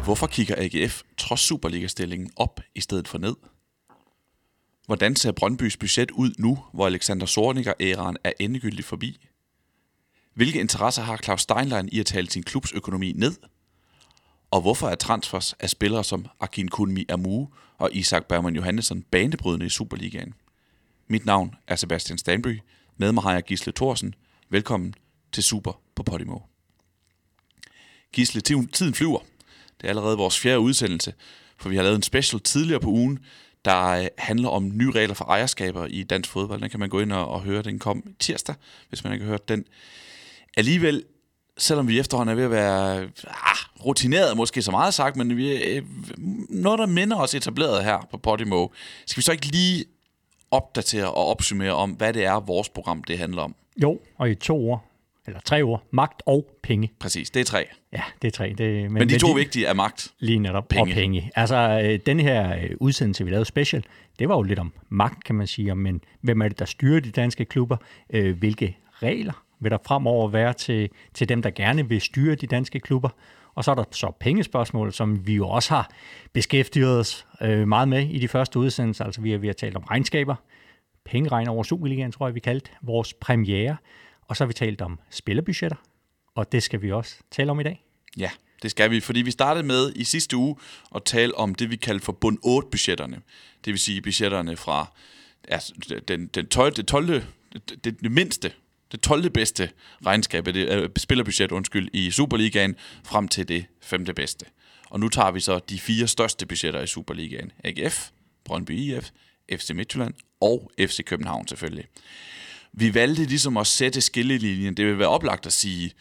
Hvorfor kigger AGF trods Superliga-stillingen op i stedet for ned? Hvordan ser Brøndbys budget ud nu, hvor Alexander Zorniger-æraen er endegyldigt forbi? Hvilke interesser har Claus Steinlein i at tale sin klubs økonomi ned? Og hvorfor er transfers af spillere som Akin Kunmi Amu og Isak Bergman Johannesson banebrydende i Superligaen? Mit navn er Sebastian Stanby. Med mig har jeg Gisle Thorsen. Velkommen til Super på Podimo. Gisle, tiden flyver. Det er allerede vores 4. udsendelse, for vi har lavet en special tidligere på ugen, der handler om nye regler for ejerskaber i dansk fodbold. Den kan man gå ind og høre. Den kom tirsdag, hvis man ikke har hørt den. Alligevel, selvom vi efterhånden er ved at være rutineret, måske så meget sagt, men vi er noget, der minder os etableret her på Podimo. Skal vi så ikke lige opdatere og opsummere om, hvad det er, vores program det handler om? Jo, og i 2 ord, eller 3 ord, magt og penge. Præcis, det er 3. Ja, det er 3. Men de 2 vigtige er magt. Lige netop, penge. Og penge. Altså, den her udsendelse, vi lavede special, det var jo lidt om magt, kan man sige, men hvem er det, der styrer de danske klubber? Hvilke regler vil der fremover være til dem, der gerne vil styre de danske klubber? Og så er der så pengespørgsmål, som vi jo også har beskæftiget os meget med i de første udsendelser. Altså, vi har talt om regnskaber, pengeregn over Superligaen, tror jeg, vi kaldte vores premiere. Og så har vi talt om spillerbudgetter, og det skal vi også tale om i dag. Ja, det skal vi, fordi vi startede med i sidste uge at tale om det, vi kalder for bund 8-budgetterne. Det vil sige budgetterne fra det 12. bedste regnskab, spillerbudget, i Superligaen, frem til det 5. bedste. Og nu tager vi så de 4 største budgetter i Superligaen. AGF, Brøndby IF, FC Midtjylland og FC København selvfølgelig. Vi valgte ligesom at sætte skillelinjen. Det vil være oplagt at sige,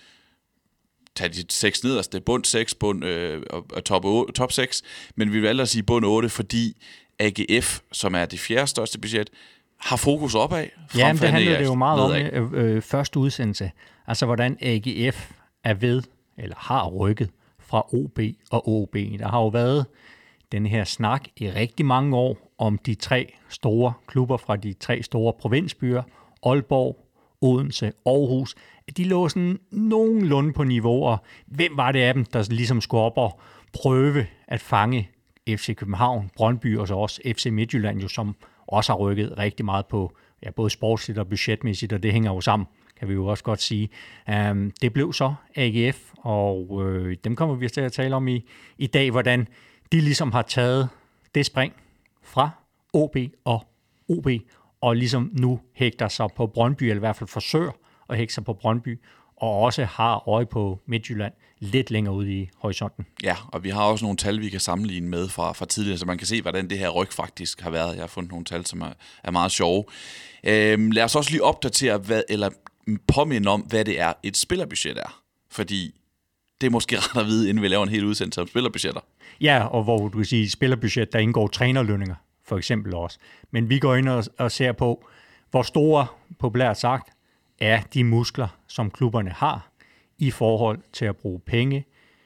tag de 6 nederste, bund 6, og top 6, men vi valgte at sige bund 8, fordi AGF, som er det 4. største budget, har fokus opad. Ja, det handler det jo meget om første udsendelse. Altså, hvordan AGF er ved, eller har rykket fra OB og OB. Der har jo været den her snak i rigtig mange år om de 3 store klubber fra de 3 store provinsbyer, Aalborg, Odense, Aarhus. De lå sådan nogenlunde på niveau, og hvem var det af dem, der ligesom skulle op og prøve at fange FC København, Brøndby og så også FC Midtjylland, jo, som også har rykket rigtig meget på, ja, både sportsligt og budgetmæssigt, og det hænger jo sammen, kan vi jo også godt sige. Det blev så AGF, og dem kommer vi til at tale om i dag, hvordan de ligesom har taget det spring fra OB og OB, og ligesom nu hægter sig på Brøndby, eller i hvert fald forsøger at hægte sig på Brøndby, og også har øje på Midtjylland lidt længere ude i horisonten. Ja, og vi har også nogle tal, vi kan sammenligne med fra tidligere, så man kan se, hvordan det her ryk faktisk har været. Jeg har fundet nogle tal, som er meget sjove. Lad os også lige opdatere, eller påminde om, hvad det er, et spillerbudget er. Fordi det er måske ret at vide, inden vi laver en hel udsendelse om spillerbudgetter. Ja, og hvor du kan sige, at spillerbudget, der indgår trænerlønninger, for eksempel også. Men vi går ind og ser på, hvor store, populært sagt, er de muskler, som klubberne har i forhold til at bruge penge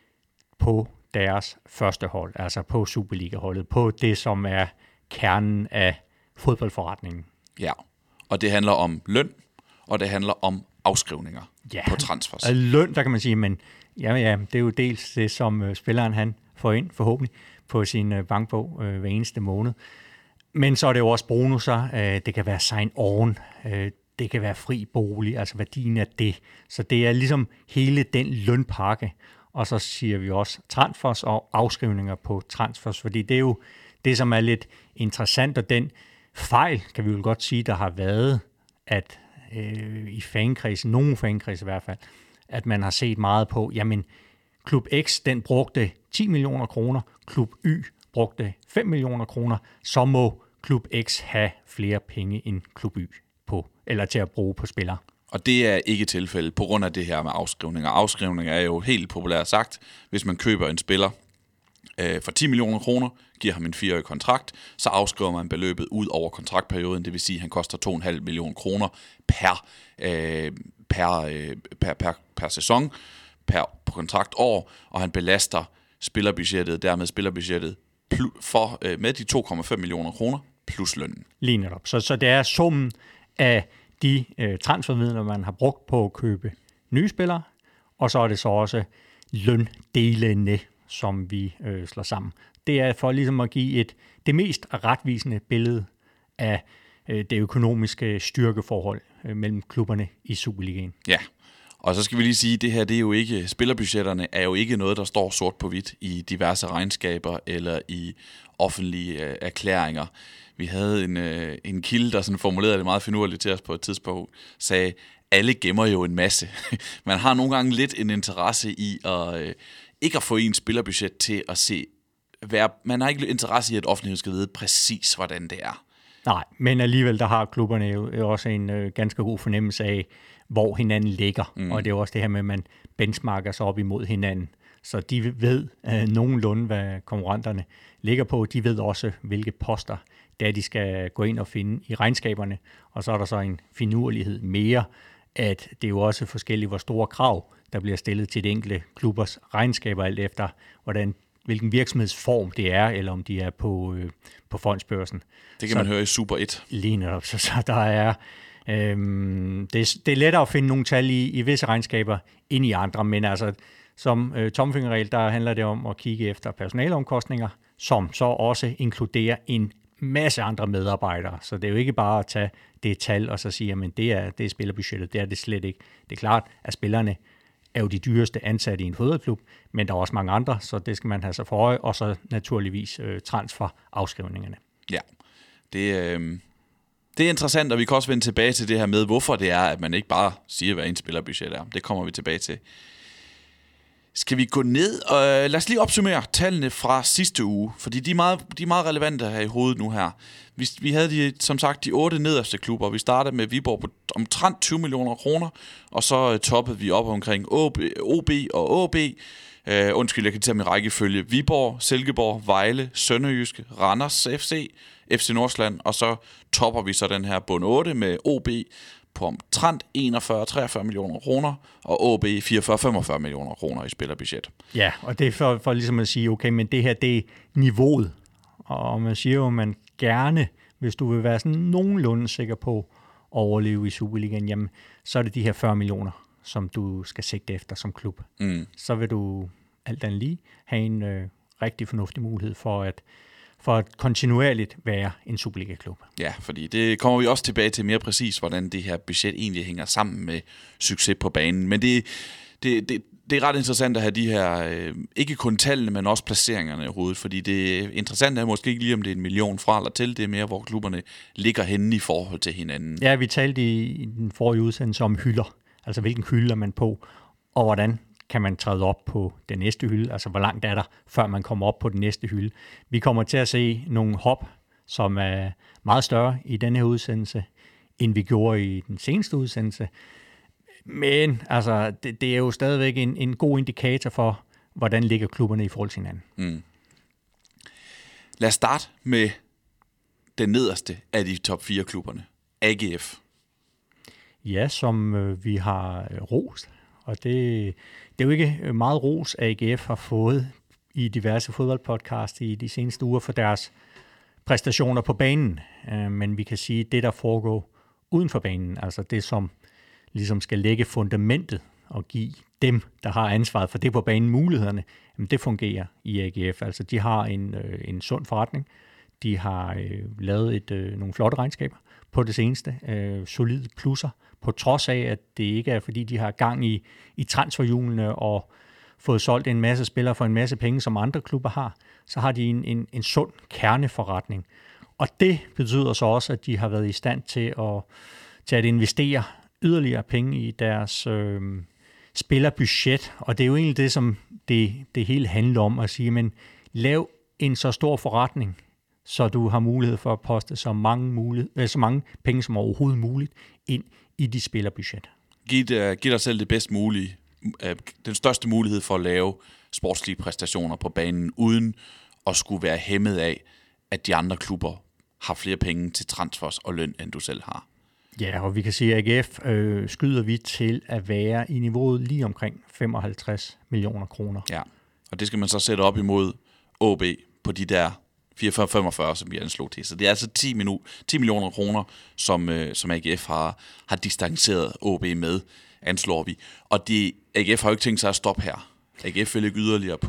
på deres første hold, altså på Superliga-holdet, på det, som er kernen af fodboldforretningen. Ja, og det handler om løn, og det handler om afskrivninger på transfers. Løn, der kan man sige, men ja, det er jo dels det, som spilleren han får ind forhåbentlig på sin bankbog hver eneste måned. Men så er det jo også bonusser, det kan være sign-on, det kan være fri bolig, altså værdien af det. Så det er ligesom hele den lønpakke. Og så siger vi også transfers og afskrivninger på transfers, fordi det er jo det, som er lidt interessant, og den fejl, kan vi jo godt sige, der har været, at i fankredsen, nogle fankredse i hvert fald, at man har set meget på, jamen, Klub X, den brugte 10 millioner kroner, Klub Y brugte 5 millioner kroner, så må Klub X have flere penge end Klub Y eller til at bruge på spillere. Og det er ikke tilfældet på grund af det her med afskrivninger. Afskrivninger er jo helt populært sagt, hvis man køber en spiller for 10 millioner kroner, giver ham en 4-årig kontrakt, så afskriver man beløbet ud over kontraktperioden, det vil sige, at han koster 2,5 millioner kroner per sæson, per kontraktår, og han belaster spillerbudgettet med de 2,5 millioner kroner plus lønnen. Lige netop. Så det er summen af de transfermidler, man har brugt på at købe nye spillere, og så er det så også løndelene, som vi slår sammen. Det er for ligesom at give det mest retvisende billede af det økonomiske styrkeforhold mellem klubberne i Superligaen. Ja, og så skal vi lige sige, at det her, det er jo ikke, spillerbudgetterne er jo ikke noget, der står sort på hvidt i diverse regnskaber eller i offentlige erklæringer. Vi havde en kilde, der sådan formulerede det meget finurligt til os på et tidspunkt, sagde, alle gemmer jo en masse. Man har nogle gange lidt en interesse i ikke at få en spillerbudget til at se, man har ikke interesse i, at offentligheden skal vide præcis, hvordan det er. Nej, men alligevel der har klubberne jo også en ganske god fornemmelse af, hvor hinanden ligger. Og det er også det her med, at man benchmarker sig op imod hinanden. Så de ved nogenlunde, hvad konkurrenterne ligger på. De ved også, hvilke poster der de skal gå ind og finde i regnskaberne. Og så er der så en finurlighed mere, at det er jo også forskelligt, hvor store krav, der bliver stillet til de enkelte klubbers regnskaber, alt efter hvilken virksomhedsform det er, eller om de er på fondsbørsen. Det kan man høre i Super 1. Lige netop. Så der er... det er lettere at finde nogle tal i visse regnskaber end i andre, men altså som tomfingerregel, der handler det om at kigge efter personaleomkostninger, som så også inkluderer en masse andre medarbejdere. Så det er jo ikke bare at tage det tal og så sige, at det er spillerbudgettet. Det er det slet ikke. Det er klart, at spillerne er jo de dyreste ansatte i en fodboldklub, men der er også mange andre, så det skal man have sig for øje, og så naturligvis transferafskrivningerne. Ja, det er interessant, og vi kan også vende tilbage til det her med, hvorfor det er, at man ikke bare siger, hvad en spillerbudget er. Det kommer vi tilbage til. Skal vi gå ned og lad os lige opsummere tallene fra sidste uge, fordi de er meget relevante her i hovedet nu her. Vi havde som sagt de 8 nederste klubber. Vi startede med Viborg på omtrent 20 millioner kroner, og så toppede vi op omkring OB og AB. Jeg kan tage min rækkefølge. Viborg, Silkeborg, Vejle, Sønderjyske, Randers FC, FC Nordsjælland, og så topper vi så den her bund 8 med OB på omtrent 41-43 millioner kroner, og OB 44-45 millioner kroner i spillerbudget. Ja, og det er for ligesom at sige, okay, men det her, det er niveauet. Og man siger jo, at man gerne, hvis du vil være sådan nogenlunde sikker på at overleve i Superligaen, jamen, så er det de her 40 millioner, som du skal sigte efter som klub. Så vil du alt andet lige have en rigtig fornuftig mulighed for at kontinuerligt være en Superliga-klub. Ja, fordi det kommer vi også tilbage til mere præcis, hvordan det her budget egentlig hænger sammen med succes på banen. Men det er ret interessant at have de her, ikke kun tallene, men også placeringerne i hovedet, fordi det interessante er måske ikke lige, om det er 1 million fra eller til, det er mere, hvor klubberne ligger henne i forhold til hinanden. Ja, vi talte i den forrige udsendelse om hylder, altså hvilken hylde er man på, og hvordan kan man træde op på den næste hylde, altså hvor langt er der, før man kommer op på den næste hylde. Vi kommer til at se nogle hop, som er meget større i denne her udsendelse, end vi gjorde i den seneste udsendelse. Men altså, det er jo stadigvæk en god indikator for, hvordan ligger klubberne i forhold til hinanden. Lad os starte med den nederste af de top 4 klubberne, AGF. Ja, som vi har rost. Og det er jo ikke meget ros, AGF har fået i diverse fodboldpodcasts i de seneste uger for deres præstationer på banen. Men vi kan sige, at det, der foregår uden for banen, altså det, som ligesom skal lægge fundamentet og give dem, der har ansvaret for det på banen, mulighederne, jamen det fungerer i AGF. Altså de har en sund forretning. De har lavet nogle flotte regnskaber på det seneste. Solide plusser, på trods af, at det ikke er, fordi de har gang i transferhjulene og fået solgt en masse spillere for en masse penge, som andre klubber har, så har de en sund kerneforretning. Og det betyder så også, at de har været i stand til at investere yderligere penge i deres spillerbudget. Og det er jo egentlig det, som det hele handler om, at sige, men lav en så stor forretning, så du har mulighed for at poste så mange penge som overhovedet muligt ind i dit spillerbudget. Giv dig selv det bedst mulige, den største mulighed for at lave sportslige præstationer på banen, uden at skulle være hæmmet af, at de andre klubber har flere penge til transfers og løn, end du selv har. Ja, og vi kan sige, at AGF skyder vi til at være i niveauet lige omkring 55 millioner kroner. Ja, og det skal man så sætte op imod OB på de der 44-45, som vi anslog til. Så det er altså 10 millioner kroner, som AGF har distanceret OB med, anslår vi. Og AGF har jo ikke tænkt sig at stoppe her. AGF vil ikke yderligere på.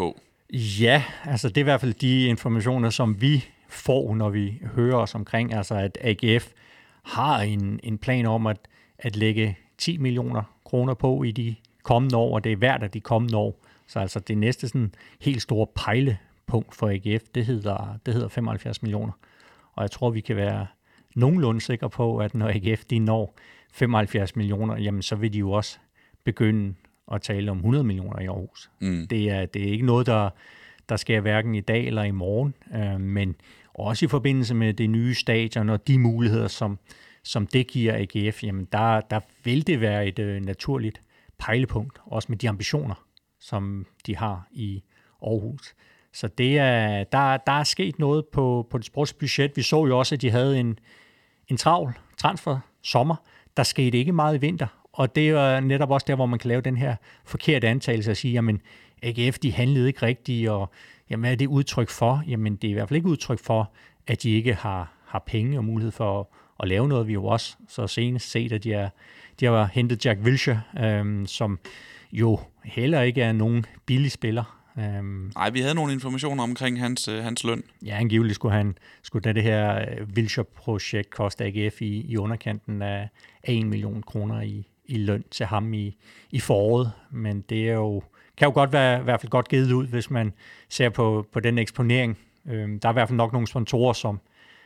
Ja, altså det er i hvert fald de informationer, som vi får, når vi hører os omkring, altså at AGF har en plan om at lægge 10 millioner kroner på i de kommende år, og det er hvert af de kommende år. Så altså det næste sådan helt store pejlepunkt for AGF, det hedder 75 millioner. Og jeg tror, vi kan være nogenlunde sikre på, at når AGF de når 75 millioner, jamen så vil de jo også begynde at tale om 100 millioner i Aarhus. Det er ikke noget, der sker hverken i dag eller i morgen, men også i forbindelse med det nye stadion og de muligheder, som det giver AGF, jamen der vil det være et naturligt pejlepunkt, også med de ambitioner, som de har i Aarhus. Så der er sket noget på det sportsbudget. Vi så jo også, at de havde en travl transfer sommer. Der skete ikke meget i vinter, og det er netop også der, hvor man kan lave den her forkerte antagelse og sige, jamen AGF, de handlede ikke rigtigt, og jamen, hvad er det udtryk for? Jamen, det er i hvert fald ikke udtryk for, at de ikke har penge og mulighed for at lave noget. Vi har jo også så senest set, at de har hentet Jack Wilshere, som jo heller ikke er nogen billig spiller. Nej, vi havde nogle informationer omkring hans løn. Ja, angiveligt skulle det her Wilshere-projekt koste AGF i underkanten af 1 million kroner i løn til ham i foråret, men det er jo kan jo godt være i hvert fald godt givet ud, hvis man ser på den eksponering. Der er i hvert fald nok nogle sponsorer, som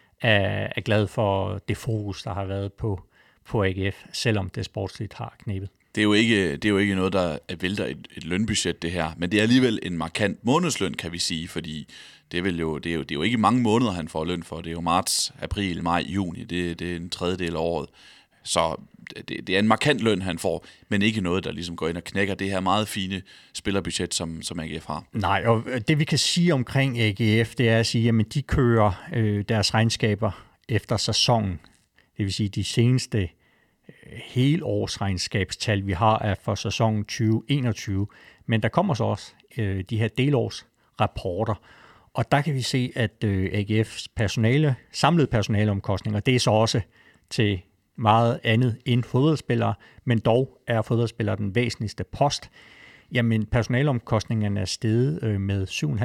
er glade for det fokus, der har været på AGF, selvom det sportsligt har knebet. Det er jo ikke noget, der vælter et lønbudget, det her, men det er alligevel en markant månedsløn, kan vi sige, fordi det er jo ikke mange måneder, han får løn for. Det er jo marts, april, maj, juni, det er en tredjedel af året. Så det er en markant løn, han får, men ikke noget, der ligesom går ind og knækker det her meget fine spillerbudget, som AGF har. Nej, og det vi kan sige omkring AGF, det er at sige, at de kører deres regnskaber efter sæsonen. Det vil sige, de seneste helårsregnskabstal, vi har, er for sæsonen 2021. Men der kommer så også de her delårsrapporter, og der kan vi se, at AGF's samlede personaleomkostninger, det er så også til meget andet end fodboldspillere, men dog er fodboldspillere den væsentligste post. Jamen, personaleomkostningerne er steget med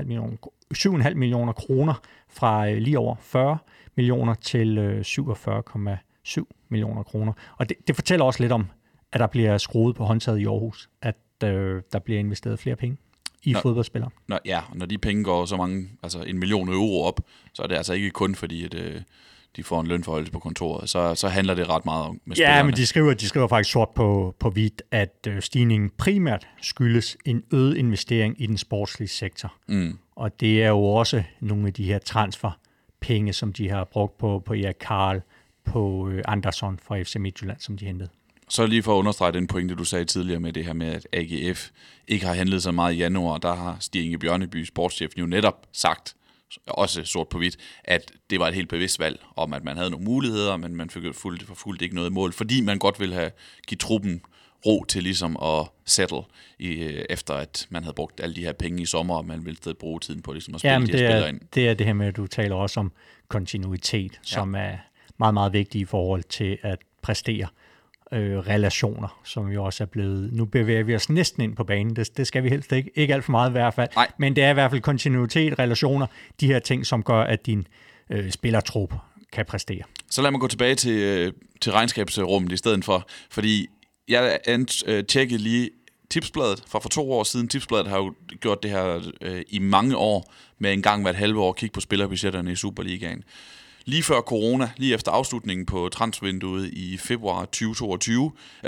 7,5 millioner kroner fra lige over 40 millioner til 47,7 millioner kroner. Og det fortæller også lidt om, at der bliver skruet på håndtaget i Aarhus, at der bliver investeret flere penge i fodboldspillere. Når de penge går så mange, altså 1 million euro op, så er det altså ikke kun fordi, at de får en lønforholdelse på kontoret, så handler det ret meget om med spillerne. Ja, men de skriver faktisk sort på hvidt, at stigningen primært skyldes en øget investering i den sportslige sektor. Og det er jo også nogle af de her transferpenge, som de har brugt på Erik Karl, på Andersson fra FC Midtjylland, som de hentede. Så lige for at understrege den pointe, du sagde tidligere med det her med, at AGF ikke har handlet så meget i januar, der har Stig Inge Bjørneby, sportschefen, jo netop sagt, også sort på hvidt, at det var et helt bevidst valg om, at man havde nogle muligheder, men man fuldt ikke noget mål, fordi man godt ville give truppen ro til ligesom at settle, efter at man havde brugt alle de her penge i sommer, og man ville stadig bruge tiden på ligesom at spille de her spillere ind. Det er det her med, at du taler også om kontinuitet, som er meget, meget vigtigt i forhold til at præstere relationer, som jo også er blevet... Nu bevæger vi os næsten ind på banen. Det skal vi helst ikke alt for meget i hvert fald. Nej. Men det er i hvert fald kontinuitet, relationer, de her ting, som gør, at din spillertrup kan præstere. Så lad mig gå tilbage til regnskabsrummet i stedet for, fordi jeg tjekkede lige Tipsbladet for 2 år siden. Tipsbladet har jo gjort det her i mange år, med en gang hvert halve år kigge på spillerbudgetterne i Superligaen. Lige før corona, lige efter afslutningen på transfervinduet i februar 2020,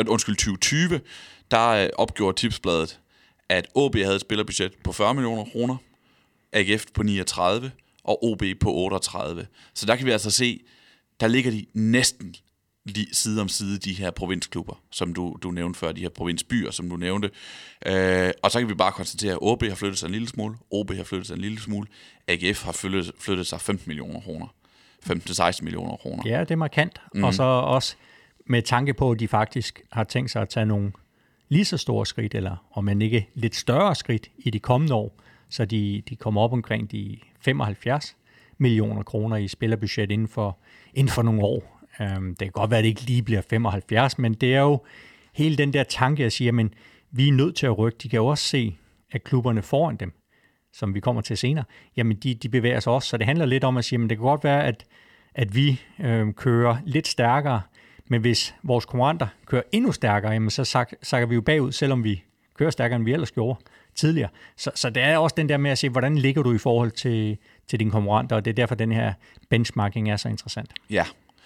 der opgjorde Tipsbladet, at OB havde et spillerbudget på 40 millioner kroner, AGF på 39 og OB på 38. Så der kan vi altså se, der ligger de næsten side om side, de her provinsklubber, som du nævnte før, de her provinsbyer, som du nævnte. Og så kan vi bare konstatere, at OB har flyttet sig en lille smule, OB har flyttet sig en lille smule, AGF har flyttet sig 15 millioner kroner. 15-16 millioner kroner. Ja, det er markant. Og så også med tanke på, at de faktisk har tænkt sig at tage nogle lige så store skridt, eller om man ikke lidt større skridt i de kommende år, så de kommer op omkring de 75 millioner kroner i spillerbudget inden for nogle år. Det kan godt være, at det ikke lige bliver 75, men det er jo hele den der tanke, jeg siger, men vi er nødt til at rykke. De kan jo også se, at klubberne foran dem som vi kommer til senere, jamen de bevæger sig også. Så det handler lidt om at sige, at det kan godt være, at vi kører lidt stærkere, men hvis vores konkurrenter kører endnu stærkere, jamen så sakker vi jo bagud, selvom vi kører stærkere, end vi ellers gjorde tidligere. Så det er også den der med at se, hvordan ligger du i forhold til dine konkurrenter, og det er derfor, den her benchmarking er så interessant. Ja.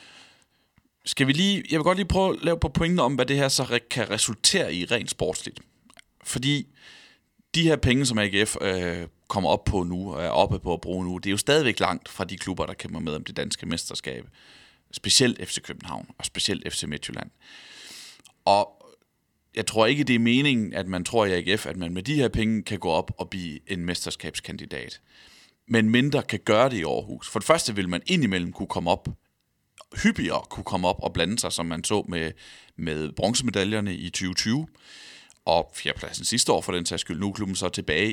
Jeg vil godt lige prøve at lave på pointen om, hvad det her så kan resultere i rent sportsligt. Fordi de her penge, som AGF kommer op på nu, og er oppe på at bruge nu, det er jo stadigvæk langt fra de klubber, der kæmper med om det danske mesterskab. Specielt FC København, og specielt FC Midtjylland. Og jeg tror ikke, det er meningen, at man tror i AGF, at man med de her penge kan gå op og blive en mesterskabskandidat. Men mindre kan gøre det i Aarhus. For det første vil man indimellem hyppigere kunne komme op og blande sig, som man så med bronzemedaljerne i 2020, og fjerdepladsen sidste år for den sags skyld. Nu er klubben så tilbage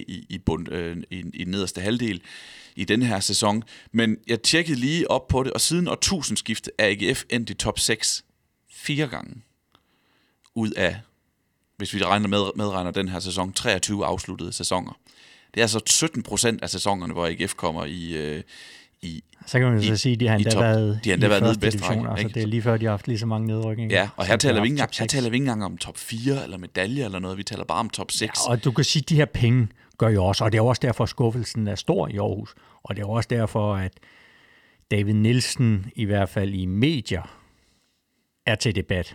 i nederste halvdel i den her sæson. Men jeg tjekkede lige op på det, og siden årtusindskiftet er AGF endt i top 6 4 gange. Ud af, hvis vi medregner den her sæson, 23 afsluttede sæsoner. Det er altså 17% af sæsonerne, hvor AGF kommer i så kan man jo så sige, at de har endda været nede i bedste række. Altså det er lige før, de har haft lige så mange nedrykninger. Ja, og her taler vi ikke engang om top 4 eller medalje eller noget. Vi taler bare om top 6. Ja, og du kan sige, at de her penge gør jo også, og det er også derfor, skuffelsen er stor i Aarhus. Og det er også derfor, at David Nielsen, i hvert fald i medier, er til debat.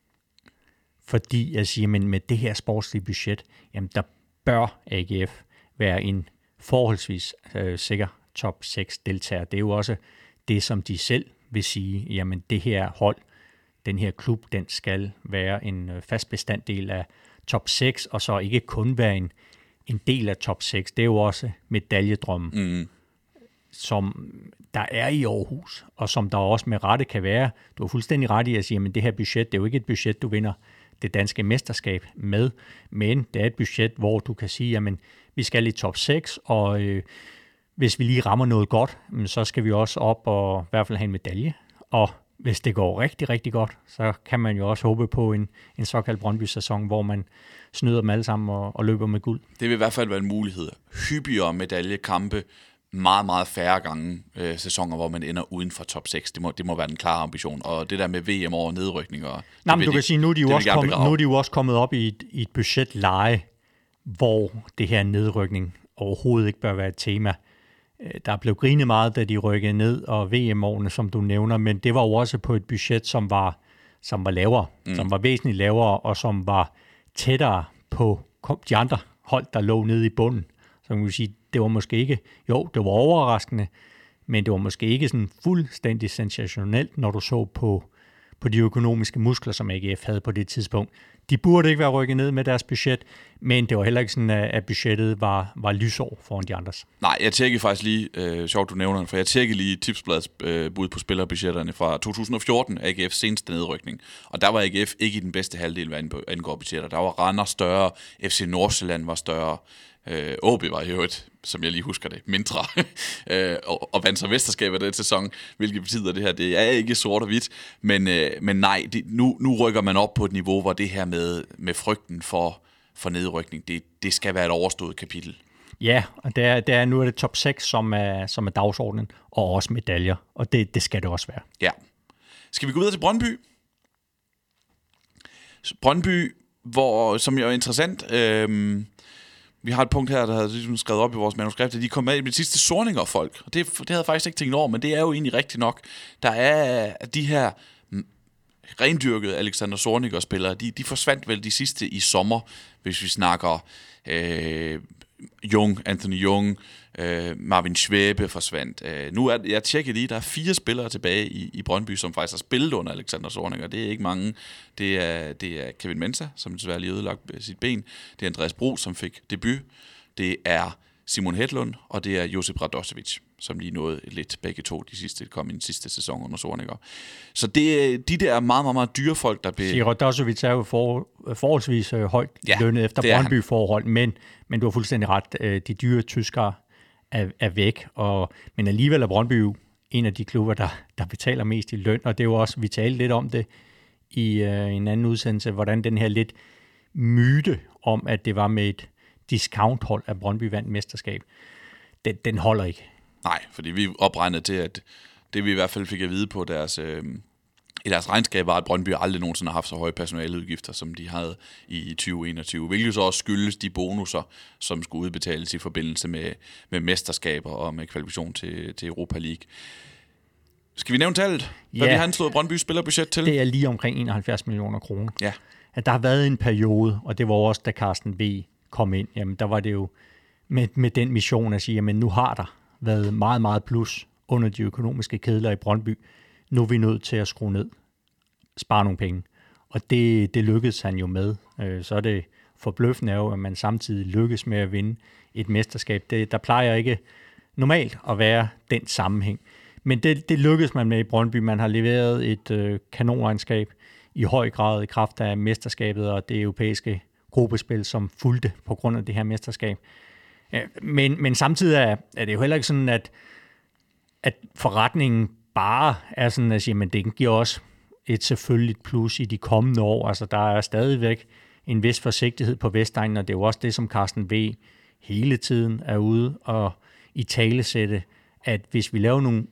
Fordi jeg siger, men med det her sportslige budget, jamen der bør AGF være en forholdsvis sikker top 6 deltagere. Det er jo også det, som de selv vil sige, jamen det her hold, den her klub, den skal være en fast bestanddel af top 6, og så ikke kun være en del af top 6. Det er jo også medaljedrømmen, som der er i Aarhus, og som der også med rette kan være. Du har fuldstændig ret i at sige, at det her budget, det er jo ikke et budget, du vinder det danske mesterskab med, men det er et budget, hvor du kan sige, jamen vi skal i top 6, og hvis vi lige rammer noget godt, så skal vi også op og i hvert fald have en medalje. Og hvis det går rigtig, rigtig godt, så kan man jo også håbe på en såkaldt Brøndby-sæson, hvor man snyder dem alle sammen og løber med guld. Det vil i hvert fald være en mulighed. Hyppigere medaljekampe, meget, meget færre gange sæsoner, hvor man ender uden for top 6. Det må være den klare ambition. Og det der med VM over nedrykninger... Nej, men du kan sige, nu er de jo også kommet op i et budgetleje, hvor det her nedrykning overhovedet ikke bør være et tema. Der blev grinet meget, da de rykkede ned, og VM-årene, som du nævner, men det var jo også på et budget, som var lavere, som var væsentligt lavere, og som var tættere på de andre hold, der lå nede i bunden. Så man kan sige, det var måske ikke, jo, det var overraskende, men det var måske ikke sådan fuldstændig sensationelt, når du så på de økonomiske muskler, som AGF havde på det tidspunkt. De burde ikke være rykket ned med deres budget, men det var heller ikke sådan, at budgettet var lysår foran de andres. Nej, jeg tjekkede faktisk lige, sjovt du nævner den, for jeg tjekkede lige Tipsbladets bud på spillerbudgetterne fra 2014, AGF's seneste nedrykning. Og der var AGF ikke i den bedste halvdel, hvad angår budgetter. Der var Randers større, FC Nordsjælland var større, OB var jo som jeg lige husker det, mindre, og vandt så mesterskabet den sæson, hvilket betyder det her, det er ikke sort og hvidt, men nej, nu rykker man op på et niveau, hvor det her med frygten for nedrykning, det skal være et overstået kapitel. Ja, og nu er det top 6, som er dagsordenen, og også medaljer, og det skal det også være. Ja. Skal vi gå videre til Brøndby? Brøndby, som jo er interessant, vi har et punkt her, der havde ligesom skrevet op i vores manuskript, at de kom med i de sidste sorninger folk. Og det havde jeg faktisk ikke tænkt over, men det er jo egentlig rigtigt nok. Der er de her rendyrkede Alexander Zorniger-spillere, de forsvandt vel de sidste i sommer, hvis vi snakker Anthony Jung, Marvin Schwäbe forsvandt. Nu er jeg tjekket lige, der er 4 spillere tilbage i Brøndby, som faktisk har spillet under Alexander Zorniger. Det er ikke mange. Det er Kevin Mensah, som desværre lige ødelagt sit ben. Det er Andreas Bro, som fik debut. Det er Simon Hedlund, og det er Josip Radosevic, som lige nåede lidt begge to kom i den sidste sæson under Zorniger. Så det er de der meget, meget, meget dyre folk, der bliver... Radosevic er jo forholdsvis højt lønnet efter Brøndby-forhold, men du har fuldstændig ret. De dyre tyskere er væk, men alligevel er Brøndby jo en af de klubber, der betaler mest i løn, og det er jo også, vi talte lidt om det i en anden udsendelse, hvordan den her lidt myte om, at det var med et discounthold, at Brøndby vandt mesterskab. den holder ikke. Nej, fordi vi opregnede til, at det vi i hvert fald fik at vide på i deres regnskab var, at Brøndby aldrig nogensinde har haft så høje personaleudgifter, som de havde i 2021, hvilket så også skyldes de bonusser, som skulle udbetales i forbindelse med mesterskaber og med kvalifikation til Europa League. Skal vi nævne tallet? Hvad vi har anslået Brøndby spillerbudget til? Det er lige omkring 71 millioner kroner. Ja. At der har været en periode, og det var også, da Carsten V kom ind, jamen der var det jo med den mission at sige, jamen nu har der været meget, meget plus under de økonomiske kedler i Brøndby. Nu er vi nødt til at skrue ned, spare nogle penge. Og det lykkedes han jo med. Så er det forbløffende jo, at man samtidig lykkes med at vinde et mesterskab. Der plejer ikke normalt at være den sammenhæng. Men det lykkedes man med i Brøndby. Man har leveret et kanonregnskab i høj grad i kraft af mesterskabet og det europæiske gruppespil, som fulgte på grund af det her mesterskab. Men samtidig er det jo heller ikke sådan, at forretningen bare er sådan at sige, men det giver også et selvfølgeligt plus i de kommende år. Altså der er stadigvæk en vis forsigtighed på Vestegnen, og det er jo også det, som Carsten V hele tiden er ude og italesætte, at hvis vi laver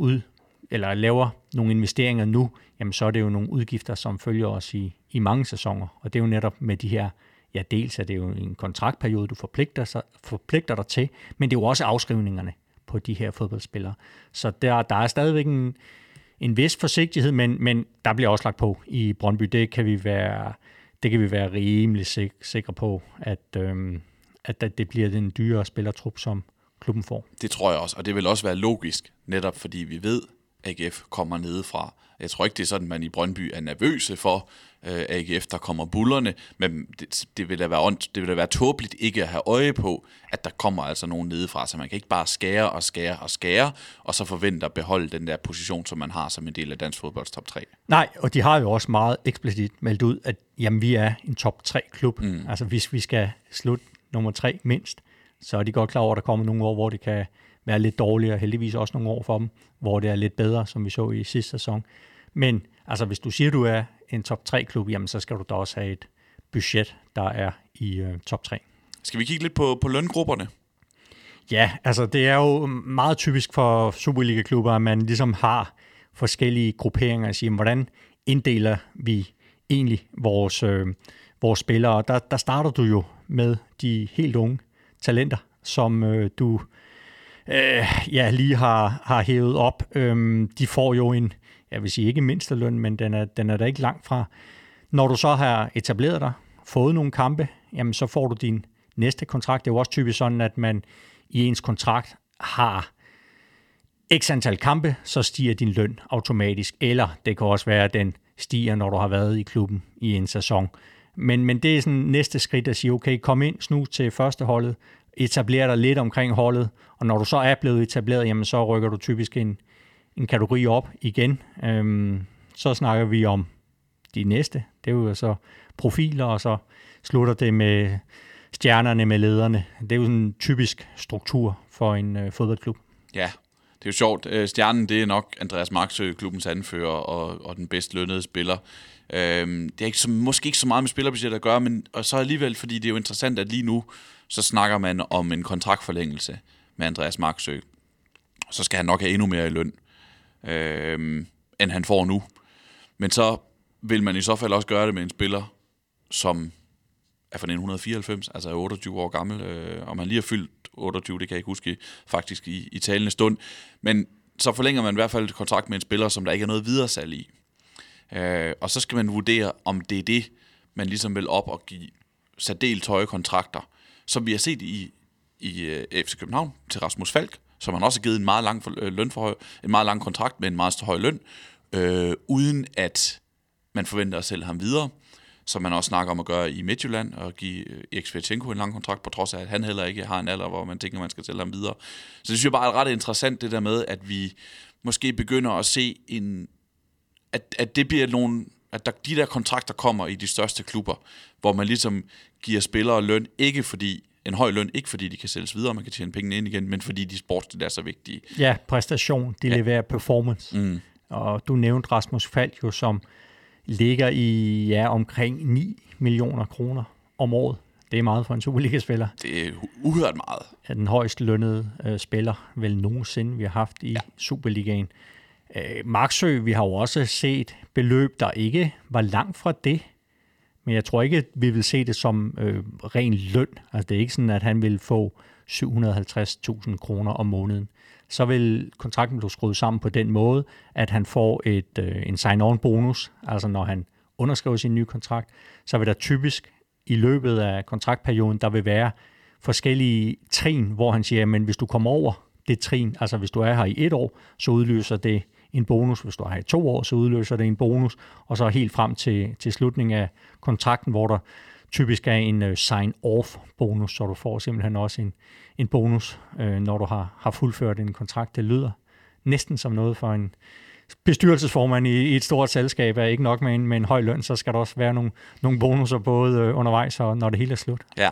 nogle investeringer nu, jamen så er det jo nogle udgifter, som følger os i mange sæsoner. Og det er jo netop med de her, ja dels er det jo en kontraktperiode, du forpligter dig til, men det er jo også afskrivningerne på de her fodboldspillere. Så der er stadigvæk en vis forsigtighed, men der bliver også lagt på i Brøndby. Det kan vi være rimelig sikre på, at det bliver den dyre spillertrup, som klubben får. Det tror jeg også, og det vil også være logisk, netop fordi vi ved, at AGF kommer nedefra. Jeg tror ikke, det er sådan, at man i Brøndby er nervøse for AGF, der kommer bullerne, men det vil da være tåbeligt ikke at have øje på, at der kommer altså nogen nedefra, så man kan ikke bare skære, og så forvente at beholde den der position, som man har som en del af dansk fodbolds top 3. Nej, og de har jo også meget eksplicit meldt ud, at jamen, vi er en top 3-klub. Altså hvis vi skal slutte nummer 3 mindst, så er de godt klar over, at der kommer nogle år, hvor det kan være lidt dårligere, heldigvis også nogle år for dem, hvor det er lidt bedre, som vi så i sidste sæson. Men altså, hvis du siger, du er en top 3-klub, jamen så skal du da også have et budget, der er i top 3. Skal vi kigge lidt på løngrupperne? Ja, altså det er jo meget typisk for Superliga-klubber, at man ligesom har forskellige grupperinger og siger, hvordan inddeler vi egentlig vores spillere? Der starter du jo med de helt unge talenter, som du lige har hævet op. De får jo en, jeg vil sige ikke mindsteløn, men den er da ikke langt fra. Når du så har etableret dig, fået nogle kampe, jamen så får du din næste kontrakt. Det er jo også typisk sådan, at man i ens kontrakt har x antal kampe, så stiger din løn automatisk. Eller det kan også være, at den stiger, når du har været i klubben i en sæson. Men det er sådan næste skridt at sige, okay, kom ind, snus til førsteholdet, etablere dig lidt omkring holdet, og når du så er blevet etableret, jamen så rykker du typisk en kategori op igen. Så snakker vi om de næste. Det er jo så profiler, og så slutter det med stjernerne, med lederne. Det er jo sådan en typisk struktur for en fodboldklub. Ja, det er jo sjovt. Stjernen, det er nok Andreas Marksø, klubbens anfører og den bedst lønnede spiller. Det er måske ikke så meget med spillerbudget at gøre, men og så alligevel, fordi det er jo interessant, at lige nu, så snakker man om en kontraktforlængelse med Andreas Marksø. Så skal han nok have endnu mere i løn, end han får nu. Men så vil man i så fald også gøre det med en spiller, som er fra 1994, altså er 28 år gammel, og man lige har fyldt 28, det kan jeg ikke huske faktisk i talende stund. Men så forlænger man i hvert fald et kontrakt med en spiller, som der ikke er noget videresalg i. Og så skal man vurdere, om det er det, man ligesom vil op og give særdeles høje kontrakter, som vi har set i FC København til Rasmus Falk, som han også har givet en meget lang en meget lang kontrakt med en meget høj løn, uden at man forventer at sælge ham videre, som man også snakker om at gøre i Midtjylland, og give Erik Svirchenko en lang kontrakt, på trods af, at han heller ikke har en alder, hvor man tænker, at man skal sælge ham videre. Så det synes jeg bare er ret interessant, det der med, at vi måske begynder at se at det bliver de der kontrakter kommer i de største klubber, hvor man ligesom giver spillere løn, en høj løn, ikke fordi de kan sælges videre, man kan tjene pengene ind igen, men fordi de sportsligt er så vigtige. Ja, præstation, de leverer performance. Og du nævnte Rasmus Falk jo, som ligger i omkring 9 millioner kroner om året. Det er meget for en Superliga-spiller. Det er uhørt meget. Er den højst lønnede spiller, vel nogensinde, vi har haft i Superligaen. Maxø, vi har jo også set beløb, der ikke var langt fra det. Men jeg tror ikke, vi vil se det som ren løn. Altså det er ikke sådan, at han vil få 750.000 kroner om måneden. Så vil kontrakten blive skruet sammen på den måde, at han får en sign-on-bonus. Altså når han underskriver sin nye kontrakt, så vil der typisk i løbet af kontraktperioden, der vil være forskellige trin, hvor han siger, men hvis du kommer over det trin, altså hvis du er her i 1 år, så udløser det en bonus. Hvis du er her i 2 år, så udløser det en bonus, og så helt frem til slutningen af kontrakten, hvor der typisk er en sign-off-bonus, så du får simpelthen også en bonus, når du har fuldført en kontrakt. Det lyder næsten som noget for en bestyrelsesformand i et stort selskab. Er ikke nok med en høj løn, så skal der også være nogle bonusser både undervejs og når det hele er slut. Ja,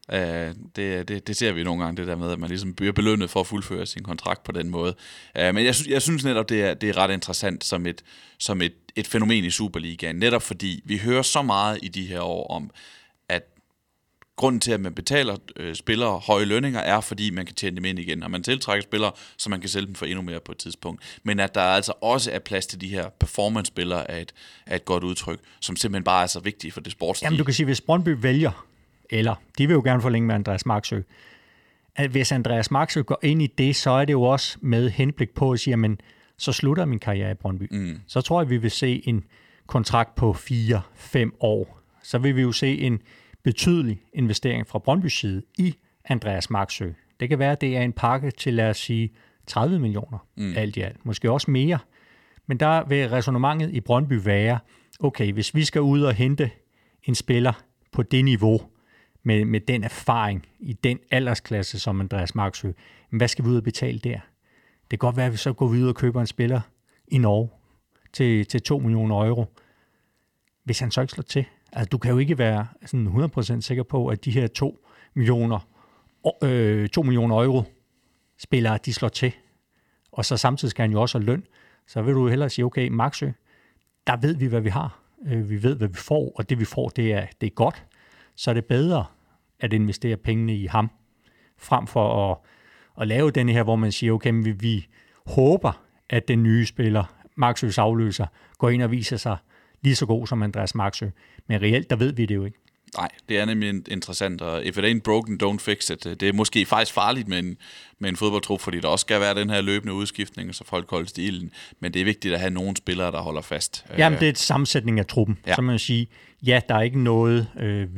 det ser vi nogle gange, det der med, at man ligesom bliver belønnet for at fuldføre sin kontrakt på den måde. Men jeg synes netop, det er ret interessant som et fænomen i Superligaen, netop fordi vi hører så meget i de her år om, at grunden til, at man betaler spillere høje lønninger, er, fordi man kan tjene dem ind igen, og man tiltrækker spillere, så man kan sælge dem for endnu mere på et tidspunkt. Men at der altså også er plads til de her performance-spillere af et godt udtryk, som simpelthen bare er så vigtige for det sportslige. Jamen du kan sige, hvis Brøndby vælger, eller de vil jo gerne forlænge med Andreas Maxø, at hvis Andreas Maxø går ind i det, så er det jo også med henblik på at sige, men så slutter min karriere i Brøndby. Så tror jeg, vi vil se en kontrakt på 4-5 år. Så vil vi jo se en betydelig investering fra Brøndbys side i Andreas Maxø. Det kan være, at det er en pakke til, lad os sige, 30 millioner alt i alt. Måske også mere. Men der vil ræsonnementet i Brøndby være, okay, hvis vi skal ud og hente en spiller på det niveau, med den erfaring i den aldersklasse som Andreas Maxø, hvad skal vi ud og betale der? Det kan godt være, at vi så går ud og køber en spiller i Norge til 2 millioner euro, hvis han så ikke slår til. Altså, du kan jo ikke være sådan 100% sikker på, at de her 2 millioner euro spillere, de slår til. Og så samtidig skal han jo også have løn. Så vil du hellere sige, okay, Maxø, der ved vi, hvad vi har. Vi ved, hvad vi får, og det vi får, det er godt. Så er det bedre at investere pengene i ham, frem for at lave den her, hvor man siger, okay, vi håber, at den nye spiller, Maxøs afløser, går ind og viser sig lige så god som Andreas Maxø. Men reelt, der ved vi det jo ikke. Nej, det er nemlig interessant, og if it ain't broken, don't fix it. Det er måske faktisk farligt med en fodboldtrup, fordi der også skal være den her løbende udskiftning, så folk holdes til ilden, men det er vigtigt at have nogle spillere, der holder fast. Jamen, det er et sammensætning af truppen. Så man sige, ja, der er ikke noget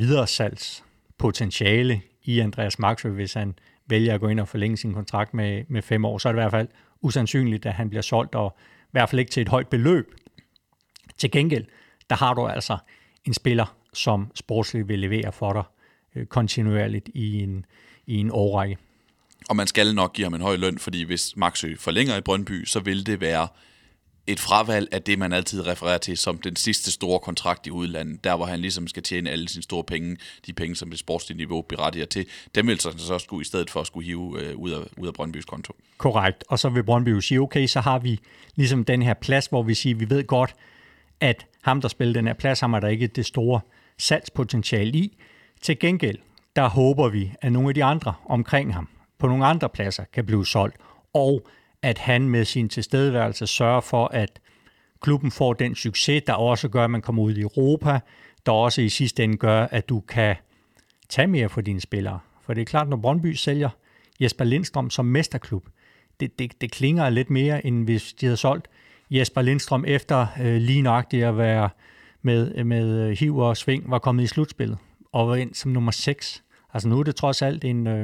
videresalgspotentiale i Andreas Maxø, hvis han vælger at gå ind og forlænge sin kontrakt med 5 år, så er det i hvert fald usandsynligt, at han bliver solgt, og i hvert fald ikke til et højt beløb. Til gengæld, der har du altså en spiller, som sportsligt vil levere for dig kontinuerligt i en årrække. Og man skal nok give ham en høj løn, fordi hvis Maxø forlænger i Brøndby, så vil det være et fravalg af det, man altid refererer til som den sidste store kontrakt i udlandet, der hvor han ligesom skal tjene alle sine store penge, de penge, som det sportslige niveau berettiger til, dem vil så skulle i stedet for at skulle hive ud af Brøndbys konto. Korrekt, og så vil Brøndby jo sige, okay, så har vi ligesom den her plads, hvor vi siger, vi ved godt, at ham, der spiller den her plads, ham er der ikke det store salgspotentiale i. Til gengæld, der håber vi, at nogle af de andre omkring ham på nogle andre pladser kan blive solgt, og at han med sin tilstedeværelse sørger for, at klubben får den succes, der også gør, at man kommer ud i Europa, der også i sidste ende gør, at du kan tage mere for dine spillere. For det er klart, når Brøndby sælger Jesper Lindstrøm som mesterklub, det klinger lidt mere, end hvis de havde solgt Jesper Lindstrøm efter lige nøjagtigt at være med hiv og sving, var kommet i slutspillet og var ind som nummer 6. Altså nu er det trods alt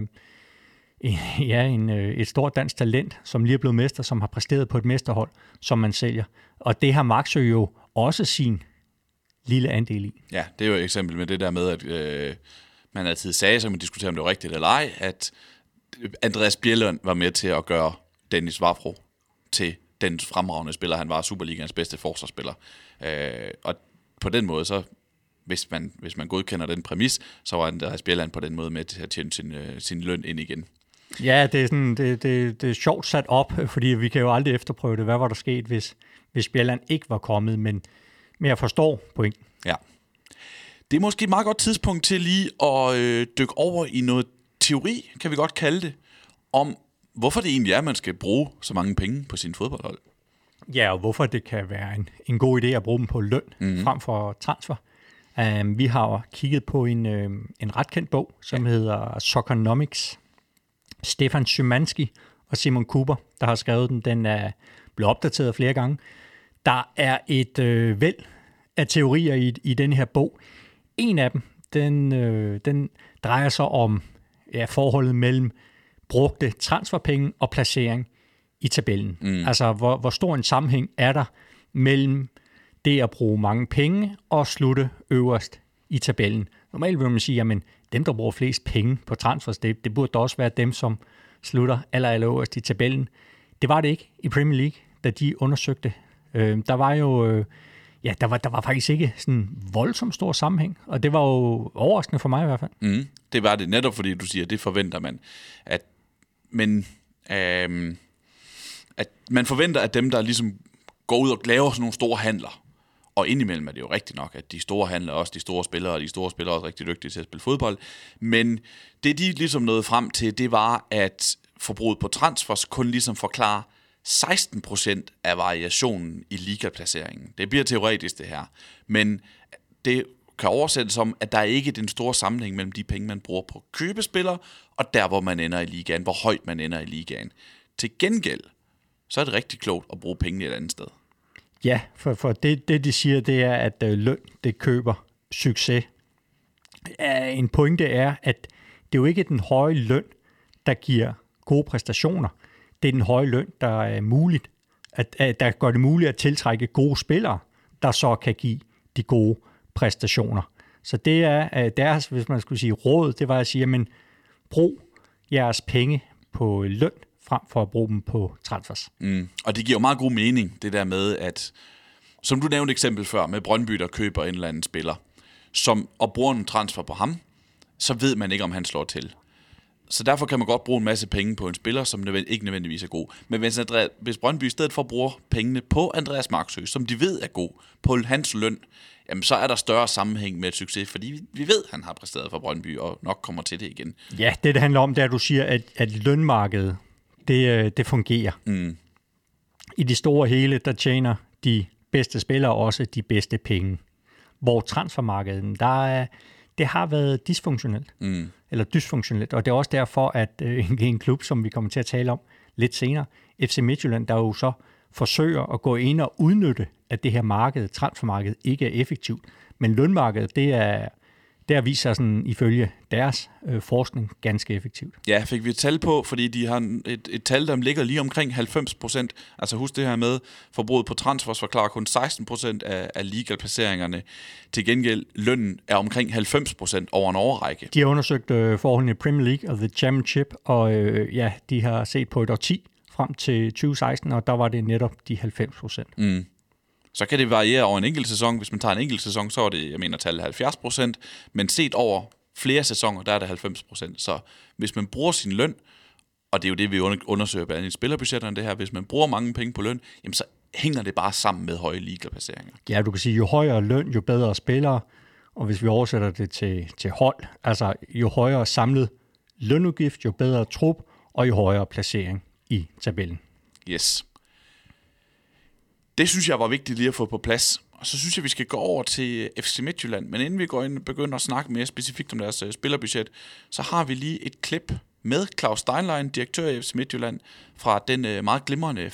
et stort dansk talent, som lige er blevet mester, som har præsteret på et mesterhold, som man sælger. Og det har Maxø jo også sin lille andel i. Ja, det er jo et eksempel med det der med, at man altid sagde, så man diskuterer, om det var rigtigt eller ej, at Andreas Bjelland var med til at gøre Dennis Vavro til den fremragende spiller. Han var Superligaens bedste forsvarsspiller. Og på den måde, så hvis man godkender den præmis, så var Andreas Bjelland på den måde med til at tjene sin løn ind igen. Ja, det er sådan, det er sjovt sat op, fordi vi kan jo aldrig efterprøve det. Hvad var der sket, hvis Bjelland ikke var kommet, men jeg forstår pointen. Ja. Det er måske et meget godt tidspunkt til lige at dykke over i noget teori, kan vi godt kalde det, om hvorfor det egentlig er, at man skal bruge så mange penge på sin fodboldhold. Ja, og hvorfor det kan være en god idé at bruge dem på løn frem for transfer. Vi har kigget på en ret kendt bog, som hedder Soccernomics. Stefan Szymanski og Simon Kuper, der har skrevet den. Den er blevet opdateret flere gange. Der er et væld af teorier i den her bog. En af dem, den drejer sig om forholdet mellem brugte transferpenge og placering i tabellen. Altså, hvor stor en sammenhæng er der mellem det at bruge mange penge og slutte øverst i tabellen. Normalt vil man sige, at dem, der bruger flest penge på transfers, det burde da også være dem, som slutter aller øverst i tabellen. Det var det ikke i Premier League, da de undersøgte. Der var jo der var faktisk ikke sådan en voldsomt stor sammenhæng, og det var jo overraskende for mig i hvert fald. Det var det netop, fordi du siger, at det forventer man. At man forventer, at dem, der ligesom går ud og laver sådan nogle store handler, og indimellem er det jo rigtigt nok, at de store handler også de store spillere, og de store spillere er også rigtig dygtige til at spille fodbold, men det de ligesom nåede frem til, det var, at forbruget på transfers kun ligesom forklarer 16% af variationen i ligaplaceringen. Det bliver teoretisk det her, men det kan oversættes som, at der ikke er den store sammenhæng mellem de penge, man bruger på at købe spillere, og der, hvor man ender i ligaen, hvor højt man ender i ligaen. Til gengæld, så er det rigtig klogt at bruge pengene et andet sted. Ja, for det de siger, det er, at løn, det køber succes. En pointe er, at det jo ikke er den høje løn, der giver gode præstationer. Det er den høje løn, der er muligt, der gør det muligt at tiltrække gode spillere, der så kan give de gode præstationer. Så det er deres, hvis man skulle sige råd, det var at sige, men brug jeres penge på løn, frem for at bruge dem på transfers. Og det giver jo meget god mening, det der med, at som du nævnte eksempel før, med Brøndby, der køber en eller anden spiller, og bruger en transfer på ham, så ved man ikke, om han slår til. Så derfor kan man godt bruge en masse penge på en spiller, som ikke nødvendigvis er god. Men hvis Brøndby i stedet for bruger pengene på Andreas Marksø, som de ved er god, på hans løn, jamen så er der større sammenhæng med et succes, fordi vi ved, at han har præsteret for Brøndby, og nok kommer til det igen. Ja, det handler om, det er, at du siger, at lønmarkedet, det fungerer. I det store hele, der tjener de bedste spillere også de bedste penge. Hvor transfermarkedet, det har været dysfunktionelt. Eller dysfunktionelt. Og det er også derfor, at en klub, som vi kommer til at tale om lidt senere, FC Midtjylland, der jo så forsøger at gå ind og udnytte, at det her marked, transfermarked, ikke er effektivt. Men lønmarkedet, det har vist sig sådan, ifølge deres forskning ganske effektivt. Ja, fik vi et tal på, fordi de har et tal, der ligger lige omkring 90%. Altså husk det her med, forbruget på transfers forklarer kun 16% af ligaplaceringerne. Til gengæld, lønnen er omkring 90% over en årrække. De har undersøgt forholdene i Premier League og The Championship, og de har set på et årti frem til 2016, og der var det netop de 90%. Så kan det variere over en enkelt sæson. Hvis man tager en enkelt sæson, så er det, tallet 70%. Men set over flere sæsoner, der er det 90%. Så hvis man bruger sin løn, og det er jo det, vi undersøger blandt andet i spillerbudgetterne det her, hvis man bruger mange penge på løn, jamen så hænger det bare sammen med høje ligaplaceringer. Ja, du kan sige, jo højere løn, jo bedre spillere. Og hvis vi oversætter det til hold, altså jo højere samlet lønudgift, jo bedre trup, og jo højere placering i tabellen. Yes. Det synes jeg var vigtigt lige at få på plads. Og så synes jeg, vi skal gå over til FC Midtjylland. Men inden vi går ind og begynder at snakke mere specifikt om deres spillerbudget, så har vi lige et klip med Claus Steinlein, direktør i FC Midtjylland, fra den meget glimrende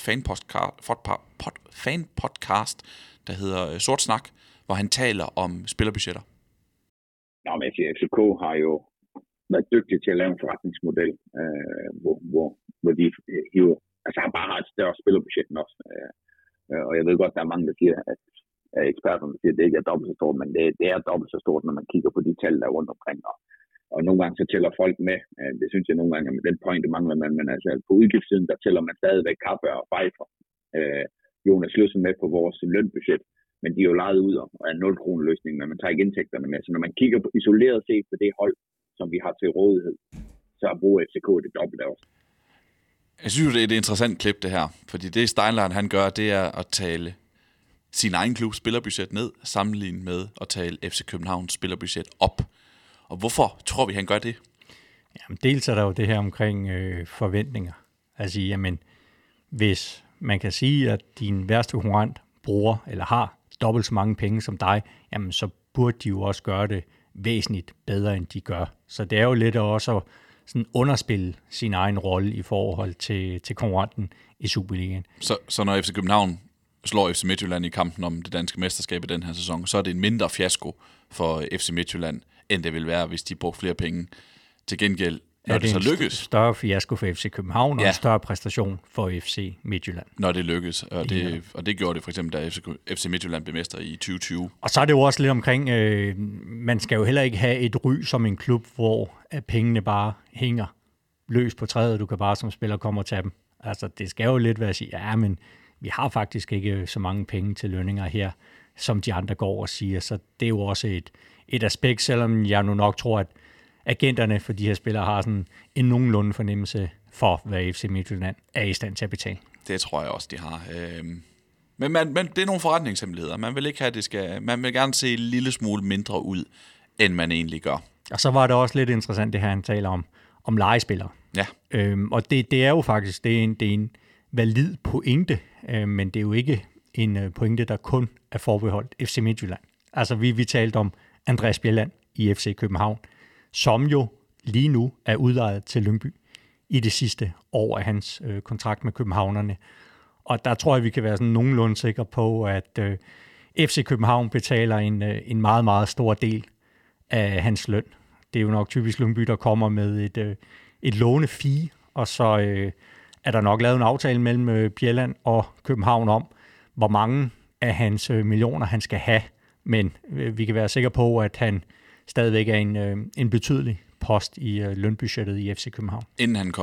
fanpodcast, der hedder Sort Snak, hvor han taler om spillerbudgetter. Nå, men FCK har jo været dygtige til at lave en forretningsmodel, hvor de har bare et større spillerbudget end os. Og jeg ved godt, der er mange, der siger, at eksperterne siger, at det ikke er dobbelt så stort, men det er dobbelt så stort, når man kigger på de tal, der er rundt omkring. Og nogle gange så tæller folk med. Det synes jeg nogle gange, at den pointe mangler man. Men altså på udgiftssiden, der tæller man stadigvæk Kappe og Pfeiffer. Jonas Løssen med på vores lønbudget. Men de er jo lejet ud og er 0 kroner løsning, men man tager ikke indtægterne med. Så når man kigger på isoleret set på det hold, som vi har til rådighed, så bruger FCK det dobbelte også. Jeg synes jo, det er et interessant klip, det her. Fordi det Steinlein, han gør, det er at tale sin egen klub spillerbudget ned, sammenlignet med at tale FC Københavns spillerbudget op. Og hvorfor tror vi, han gør det? Jamen, dels er der jo det her omkring forventninger. Altså, jamen, hvis man kan sige, at din værste konkurrent bruger eller har dobbelt så mange penge som dig, jamen, så burde de jo også gøre det væsentligt bedre, end de gør. Så det er jo lidt også at sådan underspille sin egen rolle i forhold til konkurrenten i Superligaen. Så når FC København slår FC Midtjylland i kampen om det danske mesterskab i den her sæson, så er det en mindre fiasko for FC Midtjylland, end det vil være, hvis de brugte flere penge. Til gengæld, når det så lykkes. Større fiasko for FC København og en større præstation for FC Midtjylland. Når det lykkes, og det gjorde det for eksempel, da FC Midtjylland blev mester i 2020. Og så er det jo også lidt omkring, man skal jo heller ikke have et ry som en klub, hvor pengene bare hænger løs på træet, og du kan bare som spiller komme og tage dem. Altså, det skal jo lidt være at sige, ja, men vi har faktisk ikke så mange penge til lønninger her, som de andre går og siger. Så det er jo også et aspekt, selvom jeg nu nok tror, at agenterne for de her spillere har sådan en nogenlunde fornemmelse for, hvad FC Midtjylland er i stand til at betale. Det tror jeg også, de har. Men det er nogle forretningshemmeligheder. Man vil ikke have, man vil gerne se en lille smule mindre ud, end man egentlig gør. Og så var det også lidt interessant, det her, han taler om legespillere. Ja. Og det er jo faktisk det er en valid pointe, men det er jo ikke en pointe, der kun er forbeholdt FC Midtjylland. Altså, vi talte om Andreas Bjelland i FC København, som jo lige nu er udlejet til Lyngby i det sidste år af hans kontrakt med københavnerne. Og der tror jeg, vi kan være sådan nogenlunde sikre på, at FC København betaler en meget, meget stor del af hans løn. Det er jo nok typisk Lyngby, der kommer med et lånefee, og så er der nok lavet en aftale mellem Bjelland og København om, hvor mange af hans millioner han skal have. Men vi kan være sikre på, at han stadigvæk er en betydelig post i lønbudgettet i FC København. Inden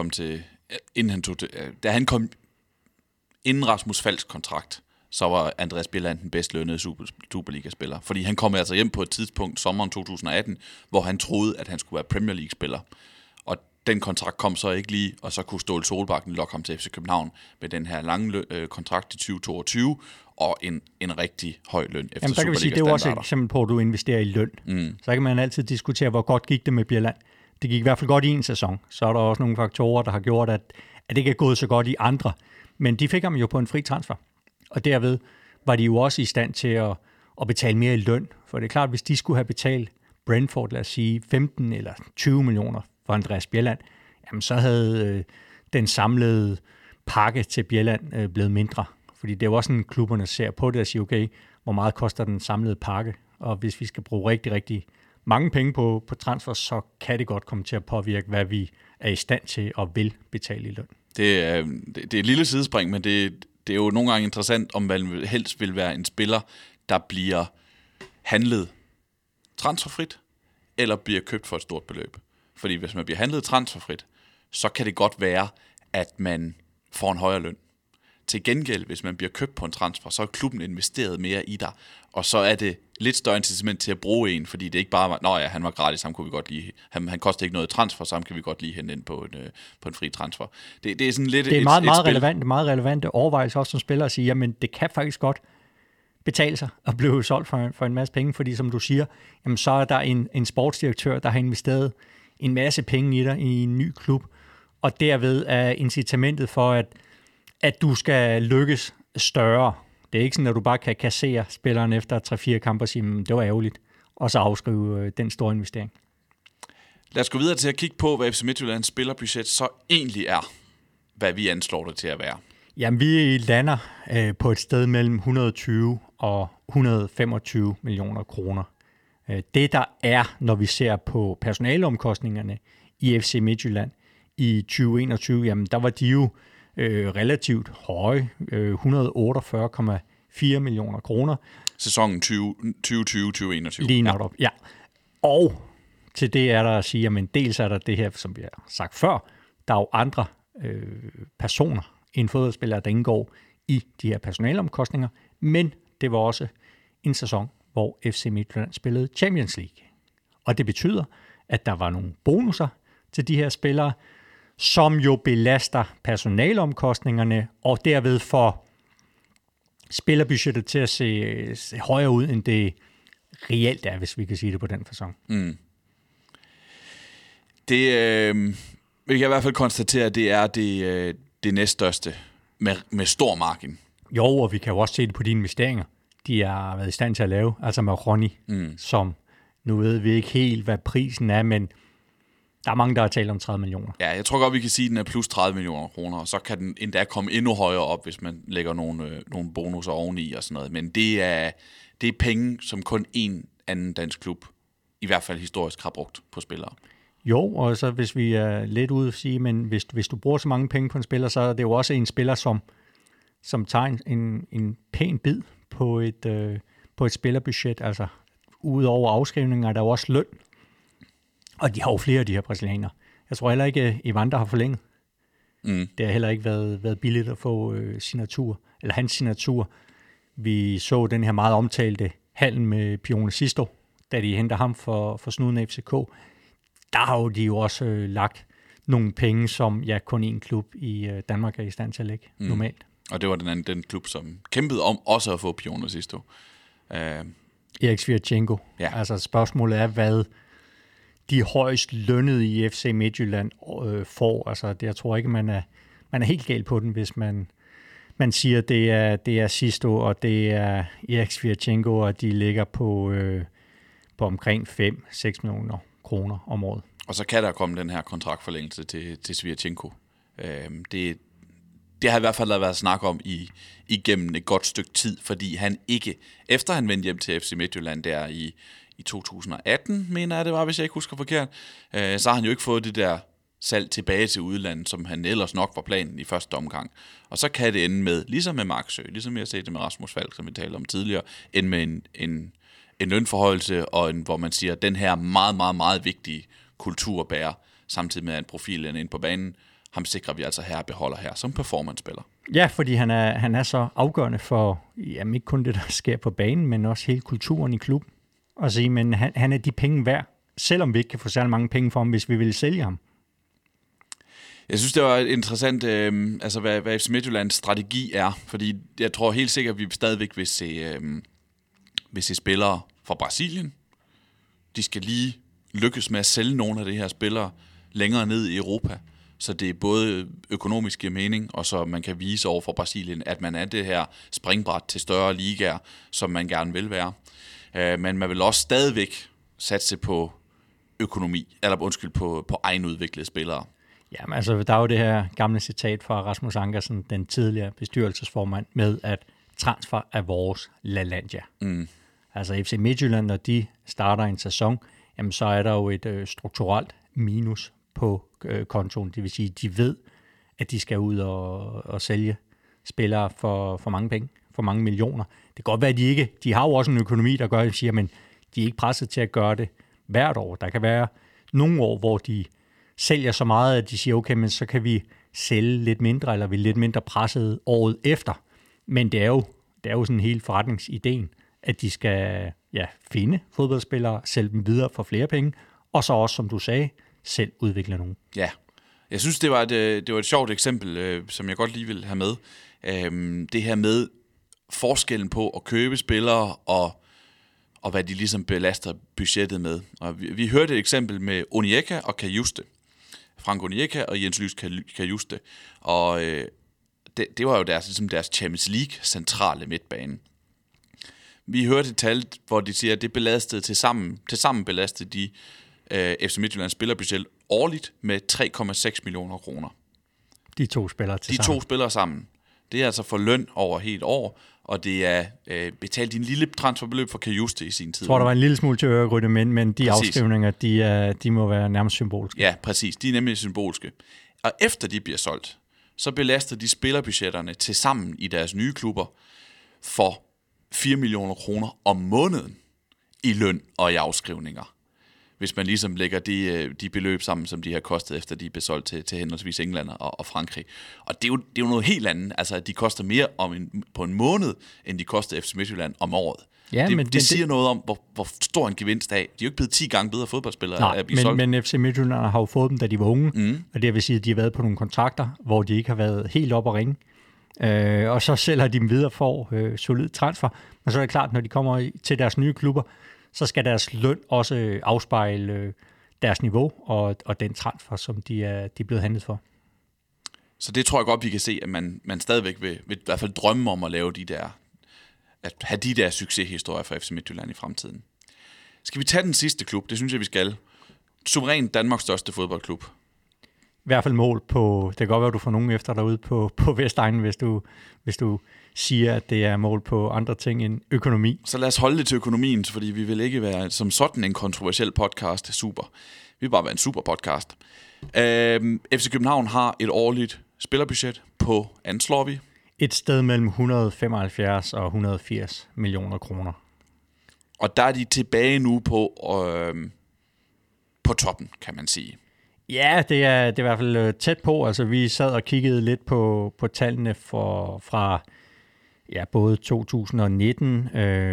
Rasmus Falks kontrakt, så var Andreas Bjelland den bedst lønnede Superliga-spiller. Fordi han kom altså hjem på et tidspunkt, sommeren 2018, hvor han troede, at han skulle være Premier League-spiller. Og den kontrakt kom så ikke lige, og så kunne Ståle Solbakken lokke ham til FC København med den her lange kontrakt i 2022, og en rigtig høj løn efter Superliga-standarder. Det er jo også et eksempel på, at du investerer i løn. Så kan man altid diskutere, hvor godt gik det med Bjelland. Det gik i hvert fald godt i en sæson. Så er der også nogle faktorer, der har gjort, at det ikke er gået så godt i andre. Men de fik ham jo på en fri transfer. Og derved var de jo også i stand til at betale mere i løn. For det er klart, hvis de skulle have betalt Brentford, lad os sige, 15 eller 20 millioner for Andreas Bjelland, jamen så havde den samlede pakke til Bjelland blevet mindre. Fordi det er jo også sådan, klubberne ser på det og siger, okay, hvor meget koster den samlede pakke? Og hvis vi skal bruge rigtig, rigtig mange penge på transfer, så kan det godt komme til at påvirke, hvad vi er i stand til og vil betale i løn. Det er et lille sidespring, men det er jo nogle gange interessant, om man helst vil være en spiller, der bliver handlet transferfrit, eller bliver købt for et stort beløb. Fordi hvis man bliver handlet transferfrit, så kan det godt være, at man får en højere løn. Til gengæld, hvis man bliver købt på en transfer, så er klubben investeret mere i dig, og så er det lidt større incitament til at bruge en, fordi det ikke bare var, nå ja, han var gratis, ham kunne vi godt lige, han kostede ikke noget transfer, så ham kan vi godt lige hente ind på en fri transfer. Det er sådan lidt det er meget relevante overvejelser også som spiller at sige, jamen det kan faktisk godt betale sig at blive solgt for en masse penge, fordi som du siger, jamen så er der en sportsdirektør, der har investeret en masse penge i dig i en ny klub, og derved er incitamentet for, at du skal lykkes større. Det er ikke sådan, at du bare kan kassere spilleren efter 3-4 kampe og sige, det var ærgerligt, og så afskrive den store investering. Lad os gå videre til at kigge på, hvad FC Midtjyllands spillerbudget så egentlig er, hvad vi anslår det til at være. Jamen, vi lander på et sted mellem 120 og 125 millioner kroner. Det der er, når vi ser på personaleomkostningerne i FC Midtjylland i 2021, jamen der var de jo relativt høje, 148,4 millioner kroner. Sæsonen 2020-2021. Lige netop, ja. Og til det er der at sige, jamen dels er der det her, som vi har sagt før, der er jo andre personer end fodboldspillere, der indgår i de her personaleomkostninger, men det var også en sæson, hvor FC Midtjylland spillede Champions League. Og det betyder, at der var nogle bonusser til de her spillere, som jo belaster personaleomkostningerne, og derved får spillerbudgettet til at se højere ud, end det reelt er, hvis vi kan sige det på den facon. Det, vi kan i hvert fald konstatere, at det er det næststørste med stor margin. Jo, og vi kan jo også se det på de investeringer, de har været i stand til at lave. Altså med Ronny, som nu ved vi ikke helt, hvad prisen er, men der er mange, der har talt om 30 millioner. Ja, jeg tror godt, vi kan sige, at den er plus 30 millioner kroner, og så kan den endda komme endnu højere op, hvis man lægger nogle bonusser oveni og sådan noget. Men det er penge, som kun én anden dansk klub, i hvert fald historisk, har brugt på spillere. Jo, og så hvis vi er lidt ude at sige, men hvis du bruger så mange penge på en spiller, så er det jo også en spiller, som tager en pæn bid på et spillerbudget. Altså, udover afskrivninger er der jo også løn. Og de har jo flere af de her brasilianere. Jeg tror heller ikke, Evander har forlænget. Det har heller ikke været billigt at få signatur, eller hans signatur. Vi så den her meget omtalte handel med Pione Sisto, da de henter ham for snuden af FCK. Der har jo de jo også lagt nogle penge, som kun én klub i Danmark er i stand til at lægge normalt. Og det var den klub, som kæmpede om også at få Pione Sisto. Erik Svirchenko. Ja. Altså spørgsmålet er, hvad de højst lønnede i FC Midtjylland får. Altså, jeg tror ikke, man er helt galt på den, hvis man siger, det er Sisto, og det er Erik Svirchenko, og de ligger på omkring 5-6 millioner kroner om året. Og så kan der komme den her kontraktforlængelse til Svirchenko. Det har i hvert fald været snak om igennem et godt stykke tid, fordi han ikke, efter han vendte hjem til FC Midtjylland der i 2018, mener jeg det var, hvis jeg ikke husker forkert, så har han jo ikke fået det der salg tilbage til udlandet, som han ellers nok var planen i første omgang. Og så kan det ende med, ligesom med Marksø, ligesom jeg har set det med Rasmus Falk, som vi talte om tidligere, ende med en lønforhøjelse, og hvor man siger, at den her meget, meget, meget vigtige kulturbærer, samtidig med en profil ind på banen, ham sikrer vi altså her beholder her som performance-spiller. Ja, fordi han er så afgørende for, jamen ikke kun det, der sker på banen, men også hele kulturen i klubben. Og sige, men han er de penge værd, selvom vi ikke kan få særlig mange penge for ham, hvis vi vil sælge ham. Jeg synes, det var interessant, hvad FC Midtjyllands strategi er, fordi jeg tror helt sikkert, at vi stadigvæk vil se spillere fra Brasilien. De skal lige lykkes med at sælge nogle af de her spillere længere ned i Europa, så det er både økonomisk giver mening, og så man kan vise over for Brasilien, at man er det her springbræt til større ligaer, som man gerne vil være. Men man vil også stadigvæk satse på på egenudviklede spillere. Jamen altså, der er jo det her gamle citat fra Rasmus Ankersen, den tidligere bestyrelsesformand, med at transfer er vores LaLandia. Altså FC Midtjylland, når de starter en sæson, jamen så er der jo et strukturelt minus på kontoen. Det vil sige, at de ved, at de skal ud og sælge spillere for mange penge, for mange millioner. Det kan godt være, at de ikke... De har jo også en økonomi, der gør, at de siger, men de er ikke presset til at gøre det hvert år. Der kan være nogle år, hvor de sælger så meget, at de siger, okay, men så kan vi sælge lidt mindre, eller vi er lidt mindre presset året efter. Men det er jo sådan hele forretningsideen, at de skal finde fodboldspillere, sælge dem videre for flere penge, og så også, som du sagde, selv udvikle nogen. Ja, jeg synes, det var et sjovt eksempel, som jeg godt lige vil have med. Det her med forskellen på at købe spillere og hvad de ligesom belaster budgettet med. Og vi hørte et eksempel med Onyeka og Cajuste. Frank Onyeka og Jens Lys Cajuste. Og det var jo deres Champions League centrale midtbane. Vi hørte et tal, hvor de siger, at det belastede til sammen belastede de FC Midtjyllands spillerbudget årligt med 3,6 millioner kroner. De to spillere sammen. Det er altså for løn over helt år, og det er betalt i en lille transferbeløb for Cajuste i sin tid. Jeg tror, der var en lille smule til øregrytte, men de præcis. Afskrivninger, de må være nærmest symbolske. Ja, præcis. De er nemlig symbolske. Og efter de bliver solgt, så belaster de spillerbudgetterne til sammen i deres nye klubber for 4 millioner kroner om måneden i løn og i afskrivninger. Hvis man ligesom lægger de beløb sammen, som de har kostet, efter de er besolgt til henholdsvis England og Frankrig. Og det er jo noget helt andet. Altså, at de koster mere på en måned, end de koster FC Midtjylland om året. Ja, det siger noget om, hvor stor en gevinst af. De er jo ikke blevet 10 gange bedre fodboldspillere at blive solgt. Men FC Midtjylland har jo fået dem, da de var unge. Og det vil sige, at de har været på nogle kontrakter, hvor de ikke har været helt op at ringe. og så sælger de dem videre for solid transfer. Men så er det klart, når de kommer til deres nye klubber, så skal deres løn også afspejle deres niveau og den transfer, som de er blevet handlet for. Så det tror jeg godt, vi kan se, at man stadigvæk vil i hvert fald drømme om at lave at have de der succeshistorier for FC Midtjylland i fremtiden. Skal vi tage den sidste klub? Det synes jeg, vi skal. Suverænt Danmarks største fodboldklub. I hvert fald mål på, det kan godt være, at du får nogen efter derude på Vestegnen, hvis du siger, at det er mål på andre ting end økonomi. Så lad os holde det til økonomien, fordi vi vil ikke være som sådan en kontroversiel podcast. Super. Vi vil bare være en super podcast. FC København har et årligt spillerbudget på, anslår vi? Et sted mellem 175 og 180 millioner kroner. Og der er de tilbage nu på toppen, kan man sige. Ja, det er i hvert fald tæt på. Altså, vi sad og kiggede lidt på tallene fra både 2019,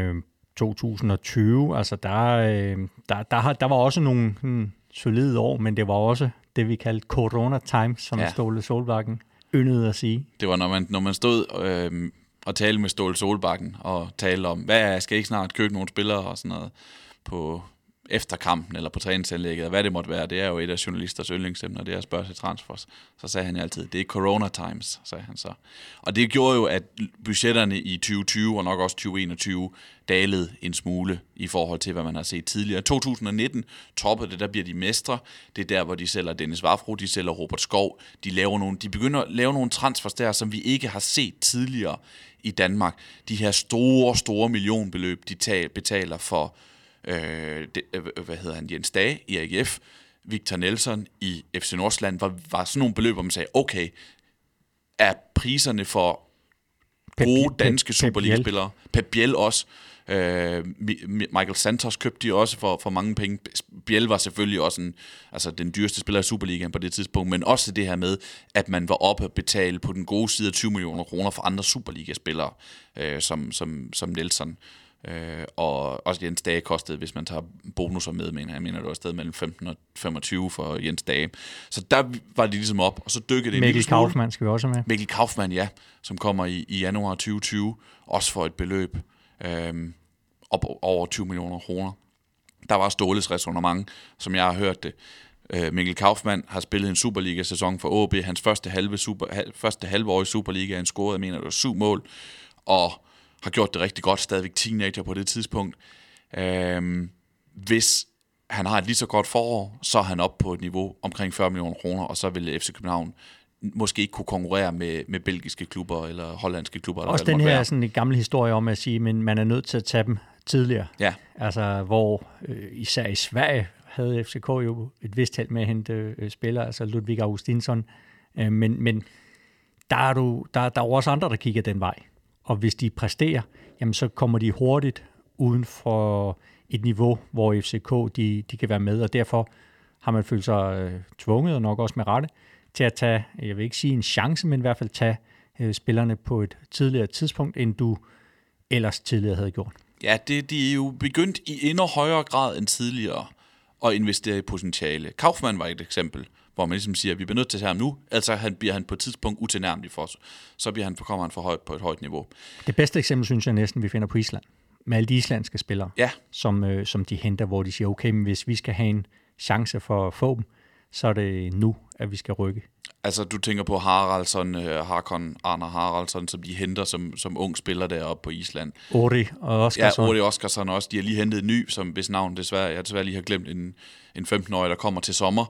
2020. Altså, der var også nogle solide år, men det var også det, vi kaldte corona time, som Ståle Solbakken yndede at sige. Det var, når man stod og talte med Ståle Solbakken og talte om, skal ikke snart købe nogle spillere og sådan noget på efter kampen eller på træningsanlægget, hvad det måtte være. Det er jo et af journalisters yndlingsemner, det er at spørge til transfers. Så sagde han altid, det er corona times, sagde han så. Og det gjorde jo, at budgetterne i 2020 og nok også 2021 dalede en smule i forhold til, hvad man har set tidligere. 2019 toppede det, der bliver de mestre. Det er der, hvor de sælger Dennis Vafro, de sælger Robert Skov. De begynder at lave nogle transfers der, som vi ikke har set tidligere i Danmark. De her store millionbeløb, de betaler for Jens Dage i AGF, Victor Nelson i FC Nordsjælland, var sådan nogle beløb, hvor man sagde, okay, er priserne for gode danske Superliga-spillere, Pep Biel også, Michael Santos købte de også for mange penge. Biel var selvfølgelig også den dyreste spiller i Superligaen på det tidspunkt, men også det her med, at man var oppe at betale på den gode side af 20 millioner kroner for andre Superliga-spillere, som Nelson. Og også Jens Dage kostede, hvis man tager bonusser med, jeg mener det var et sted mellem 15 og 25 for Jens Dage. Så der var de ligesom op, og så dykkede det Mikkel Kaufmann skal vi også med. Mikkel Kaufmann, ja, som kommer i januar 2020, også for et beløb op over 20 millioner kroner. Der var Ståles ræsonnement, som jeg har hørt det. Mikkel Kaufmann har spillet en Superliga-sæson for AaB. Hans første halvår i Superliga, han scorede, jeg mener, det var 7 mål, og har gjort det rigtig godt, stadigvæk teenager på det tidspunkt. Hvis han har et lige så godt forår, så er han oppe på et niveau omkring 40 millioner kroner, og så vil FC København måske ikke kunne konkurrere med belgiske klubber eller hollandske klubber. Også den her sådan en gammel historie om at sige, men man er nødt til at tage dem tidligere. Ja. Altså, hvor især i Sverige havde FCK jo et vist held med at hente spillere, altså Ludvig Augustinsson. Men der er også andre, der kigger den vej. Og hvis de præsterer, jamen så kommer de hurtigt uden for et niveau, hvor FCK de kan være med, og derfor har man følt sig tvunget, og nok også med rette, til at tage, jeg vil ikke sige en chance, men i hvert fald tage spillerne på et tidligere tidspunkt, end du ellers tidligere havde gjort. Ja, de er jo begyndt i endnu højere grad end tidligere at investere i potentiale. Kaufmann var et eksempel, hvor man ligesom siger, at vi bliver nødt til at tage ham nu, altså bliver han på et tidspunkt utilnærmelig for os. Så kommer han for højt på et højt niveau. Det bedste eksempel, synes jeg næsten, vi finder på Island. Med alle de islandske spillere, ja. som de henter, hvor de siger, okay, men hvis vi skal have en chance for at få dem, så er det nu, at vi skal rykke. Altså, du tænker på Hakon Arne Haraldsson, som de henter som ung spiller deroppe på Island. Ori og Oskarsson. Ja, Ori Oskarsson også. De har lige hentet en ny, som hvis navn jeg desværre lige har glemt, en 15-årig, der kommer til sommer.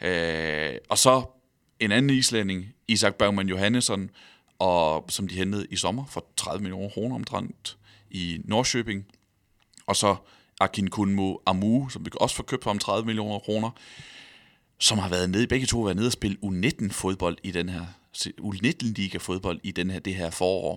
Og så en anden islænding, Isak Bergman Johannesson, og som de hentede i sommer for 30 millioner kroner omtrent i Norrköping. Og så Akin Kunmo Amu, som vi også får købt for om 30 millioner kroner, som har været nede, begge to har været nede og spille U19-fodbold i den her, U19-liga-fodbold i det her forår.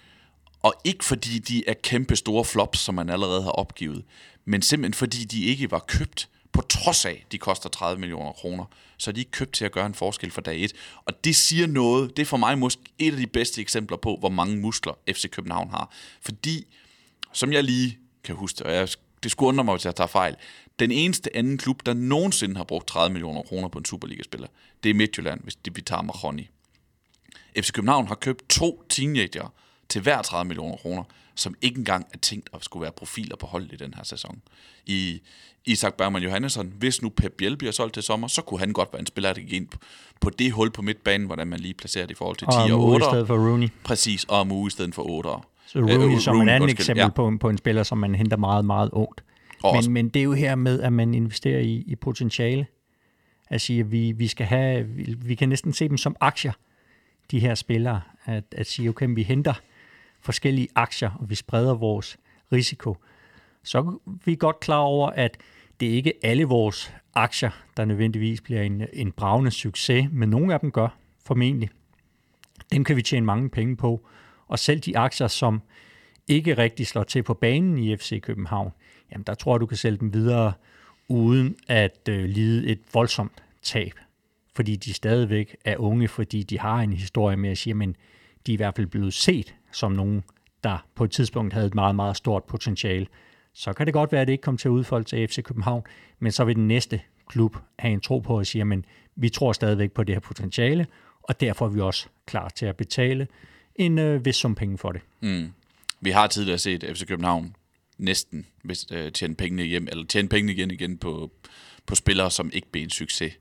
Og ikke fordi de er kæmpe store flops, som man allerede har opgivet, men simpelthen fordi de ikke var købt, på trods af, de koster 30 millioner kroner, så er de ikke købt til at gøre en forskel fra dag 1. Og det siger noget, det er for mig måske et af de bedste eksempler på, hvor mange muskler FC København har. Fordi, som jeg lige kan huske, og det skulle undre mig, hvis jeg tager fejl, den eneste anden klub, der nogensinde har brugt 30 millioner kroner på en Superliga-spiller, det er Midtjylland, hvis vi tager Mahoney. FC København har købt 2 teenager til hver 30 millioner kroner, som ikke engang er tænkt at skulle være profiler på holdet i den her sæson. I Isak Bergman Johannesson, hvis nu Pep Biel bliver solgt til sommer, så kunne han godt være en spiller, der gik ind på det hul på midtbanen, hvordan man lige placerer det i forhold til 10 og 8. Og i stedet for Rooney. Præcis, og Amu i stedet for 8. Så Rooney som en anden eksempel på en spiller, som man henter meget, meget ungt. Men det er jo her med, at man investerer i potentiale. Altså, vi kan næsten se dem som aktier, de her spillere. At sige, okay, vi henter forskellige aktier, og vi spreder vores risiko. Så er vi godt klar over, at det ikke er alle vores aktier, der nødvendigvis bliver en bragende succes, men nogle af dem gør formentlig. Dem kan vi tjene mange penge på. Og selv de aktier, som ikke rigtig slår til på banen i FC København, jamen der tror jeg, du kan sælge dem videre, uden at lide et voldsomt tab. Fordi de stadigvæk er unge, fordi de har en historie med at sige, men de er i hvert fald blevet set som nogen, der på et tidspunkt havde et meget, meget stort potentiale. Så kan det godt være, at det ikke kommer til at udfolde til FC København, men så vil den næste klub have en tro på at sige, men vi tror stadigvæk på det her potentiale, og derfor er vi også klar til at betale en vis sum penge for det. Vi har tidligere set FC København næsten tjene pengene hjem, eller tjene pengene igen på spillere, som ikke blev en succes.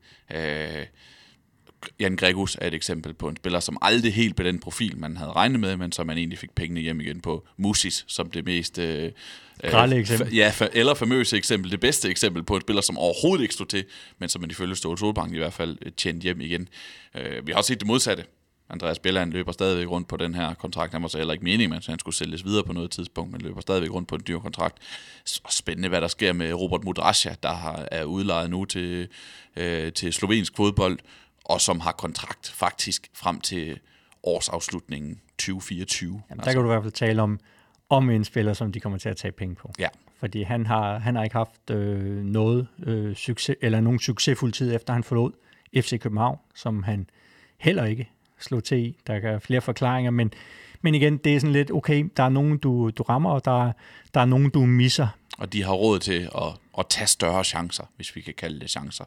Jan Gregus er et eksempel på en spiller, som aldrig helt på den profil, man havde regnet med, men som man egentlig fik pengene hjem igen på. Musis, som det mest eller famøse eksempel, det bedste eksempel på en spiller, som overhovedet ikke stod til, men som man ifølge Ståle Solbakken i hvert fald tjente hjem igen. Vi har også set det modsatte. Andreas Bjelland løber stadigvæk rundt på den her kontrakt. Han var så heller ikke meningen, at han skulle sælges videre på noget tidspunkt, men løber stadigvæk rundt på en dyr kontrakt. Så spændende, hvad der sker med Robert Mudrasja, der er udlejet nu til slovensk fodbold, og som har kontrakt faktisk frem til årsafslutningen 2024. Jamen, der kan du i hvert fald tale om en spiller, som de kommer til at tage penge på. Ja. Fordi han har ikke haft succes, eller nogen succesfuld tid, efter han forlod FC København, som han heller ikke slog til i. Der er flere forklaringer, men igen, det er sådan lidt, okay, der er nogen, du rammer, og der er nogen, du misser. Og de har råd til at tage større chancer, hvis vi kan kalde det chancer,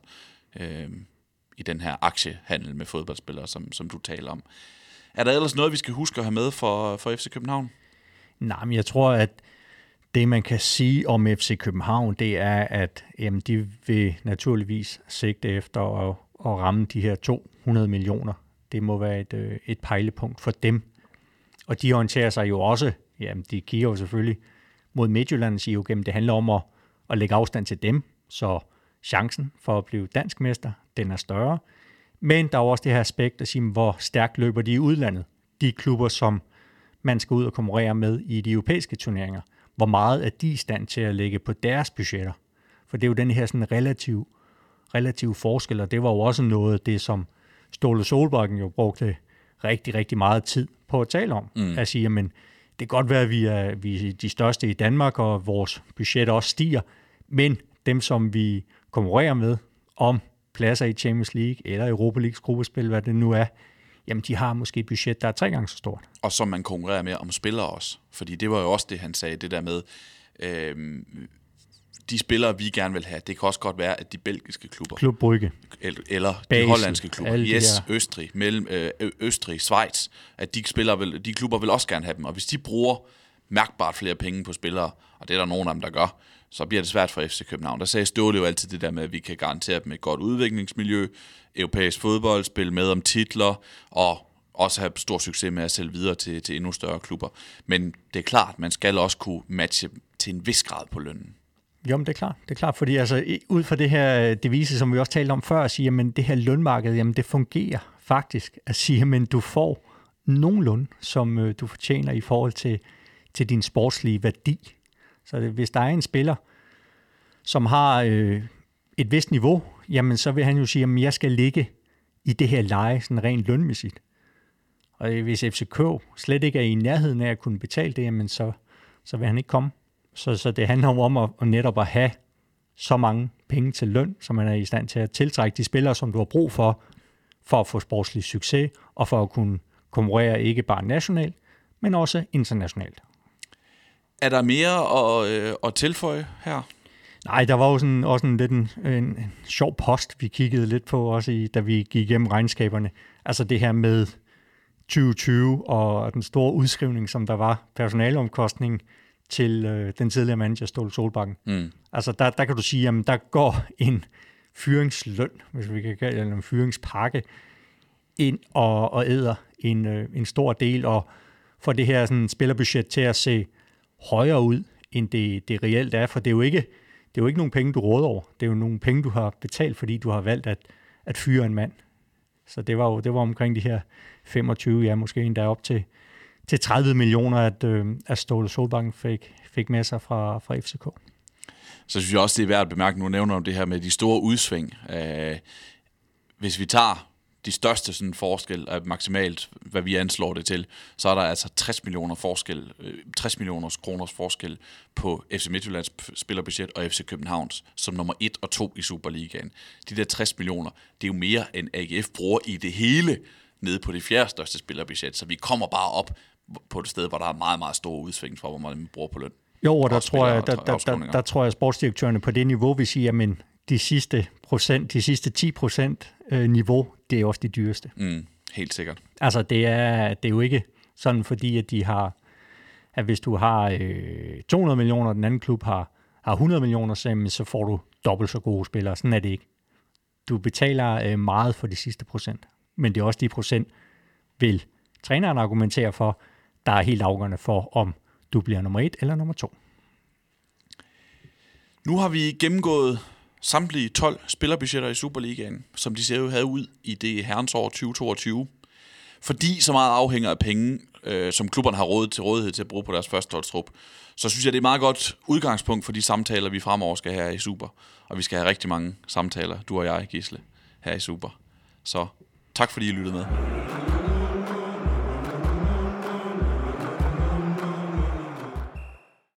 i den her aktiehandel med fodboldspillere, som du taler om. Er der ellers noget, vi skal huske at have med for FC København? Nej, men jeg tror, at det, man kan sige om FC København, det er, at de vil naturligvis sigte efter at ramme de her 200 millioner. Det må være et pejlepunkt for dem. Og de orienterer sig jo også, de kigger jo selvfølgelig mod Midtjylland og siger jo, det handler om at lægge afstand til dem, så chancen for at blive dansk mester, den er større. Men der er også det her aspekt at sige, hvor stærkt løber de i udlandet. De klubber, som man skal ud og konkurrere med i de europæiske turneringer. Hvor meget er de i stand til at lægge på deres budgetter? For det er jo den her sådan relativ forskel, og det var jo også noget af det, som Ståle Solbakken jo brugte rigtig, rigtig meget tid på at tale om. At sige, men det kan godt være, at vi er de største i Danmark, og vores budget også stiger, men dem, som vi konkurrerer med om pladser i Champions League eller Europa Leagues gruppespil, hvad det nu er, jamen de har måske et budget, der er 3 gange så stort. Og som man konkurrerer med om spillere også. Fordi det var jo også det, han sagde, det der med, de spillere, vi gerne vil have, det kan også godt være, at de belgiske klubber, Klub Brygge, eller de hollandske klubber, Østrig, Østrig, Schweiz, at de klubber vil også gerne have dem. Og hvis de bruger mærkbart flere penge på spillere, og det er der nogen af dem, der gør, så bliver det svært for FC København. Der sagde Ståle jo altid det der med, at vi kan garantere dem et godt udviklingsmiljø, europæisk fodbold, spille med om titler, og også have stor succes med at sælge videre til endnu større klubber. Men det er klart, man skal også kunne matche til en vis grad på lønnen. Jo, men det er klart, fordi altså, ud fra det her devise, som vi også talte om før, at sige, at det her lønmarked, jamen det fungerer faktisk. At sige, at du får nogenlunde, som du fortjener i forhold til din sportslige værdi. Så hvis der er en spiller, som har et vist niveau, jamen så vil han jo sige, at jeg skal ligge i det her leje, sådan rent lønmæssigt. Og hvis FCK slet ikke er i nærheden af at kunne betale det, jamen så vil han ikke komme. Så det handler om at netop at have så mange penge til løn, så man er i stand til at tiltrække de spillere, som du har brug for at få sportslig succes, og for at kunne konkurrere ikke bare nationalt, men også internationalt. Er der mere at tilføje her? Nej, der var jo også lidt en sjov post, vi kiggede lidt på, også da vi gik igennem regnskaberne. Altså det her med 2020 og den store udskrivning, som der var, personaleomkostning til den tidligere manager Ståle Solbakken. Altså der kan du sige, at der går en fyringsløn, hvis vi kan kalde det en fyringspakke, ind og æder en stor del, og får det her sådan, spillerbudget til at se højere ud, end det reelt er, for det er jo ikke nogen penge, du råder over. Det er jo nogle penge, du har betalt, fordi du har valgt at fyre en mand. Så det var omkring de her 25, ja, måske endda op til 30 millioner, at Ståle Solbakken fik med sig fra FCK. Så synes jeg også, det er værd at bemærke, nu nævner du det her med de store udsving. Hvis vi tager de største sådan forskel, maksimalt, hvad vi anslår det til, så er der altså 60 millioner kroners forskel på FC Midtjyllands spillerbudget og FC Københavns, som nummer 1 og 2 i Superligaen. De der 60 millioner, det er jo mere end AGF bruger i det hele, nede på det 4. største spillerbudget, så vi kommer bare op på et sted, hvor der er meget, meget store udsving fra, hvor meget man bruger på løn. Jo, og der tror jeg, at sportsdirektørerne på det niveau vil sige, at de sidste 10% niveau, det er også de dyreste. Helt sikkert. Altså, det er jo ikke sådan, fordi at de har, at hvis du har 200 millioner, og den anden klub har 100 millioner, så får du dobbelt så gode spillere. Sådan er det ikke. Du betaler meget for de sidste procent, men det er også de procent, vil træneren argumentere for, der er helt afgørende for, om du bliver nummer 1 eller nummer 2. Nu har vi gennemgået samtlige 12 spillerbudgetter i Superligaen, som de ser ud ud i det herrens år 2022. Fordi så meget afhænger af penge, som klubberne har rådighed til at bruge på deres førsteholdstrup, så synes jeg, det er et meget godt udgangspunkt for de samtaler, vi fremover skal have i Super. Og vi skal have rigtig mange samtaler, du og jeg, Gisle, her i Super. Så tak fordi I lyttede med.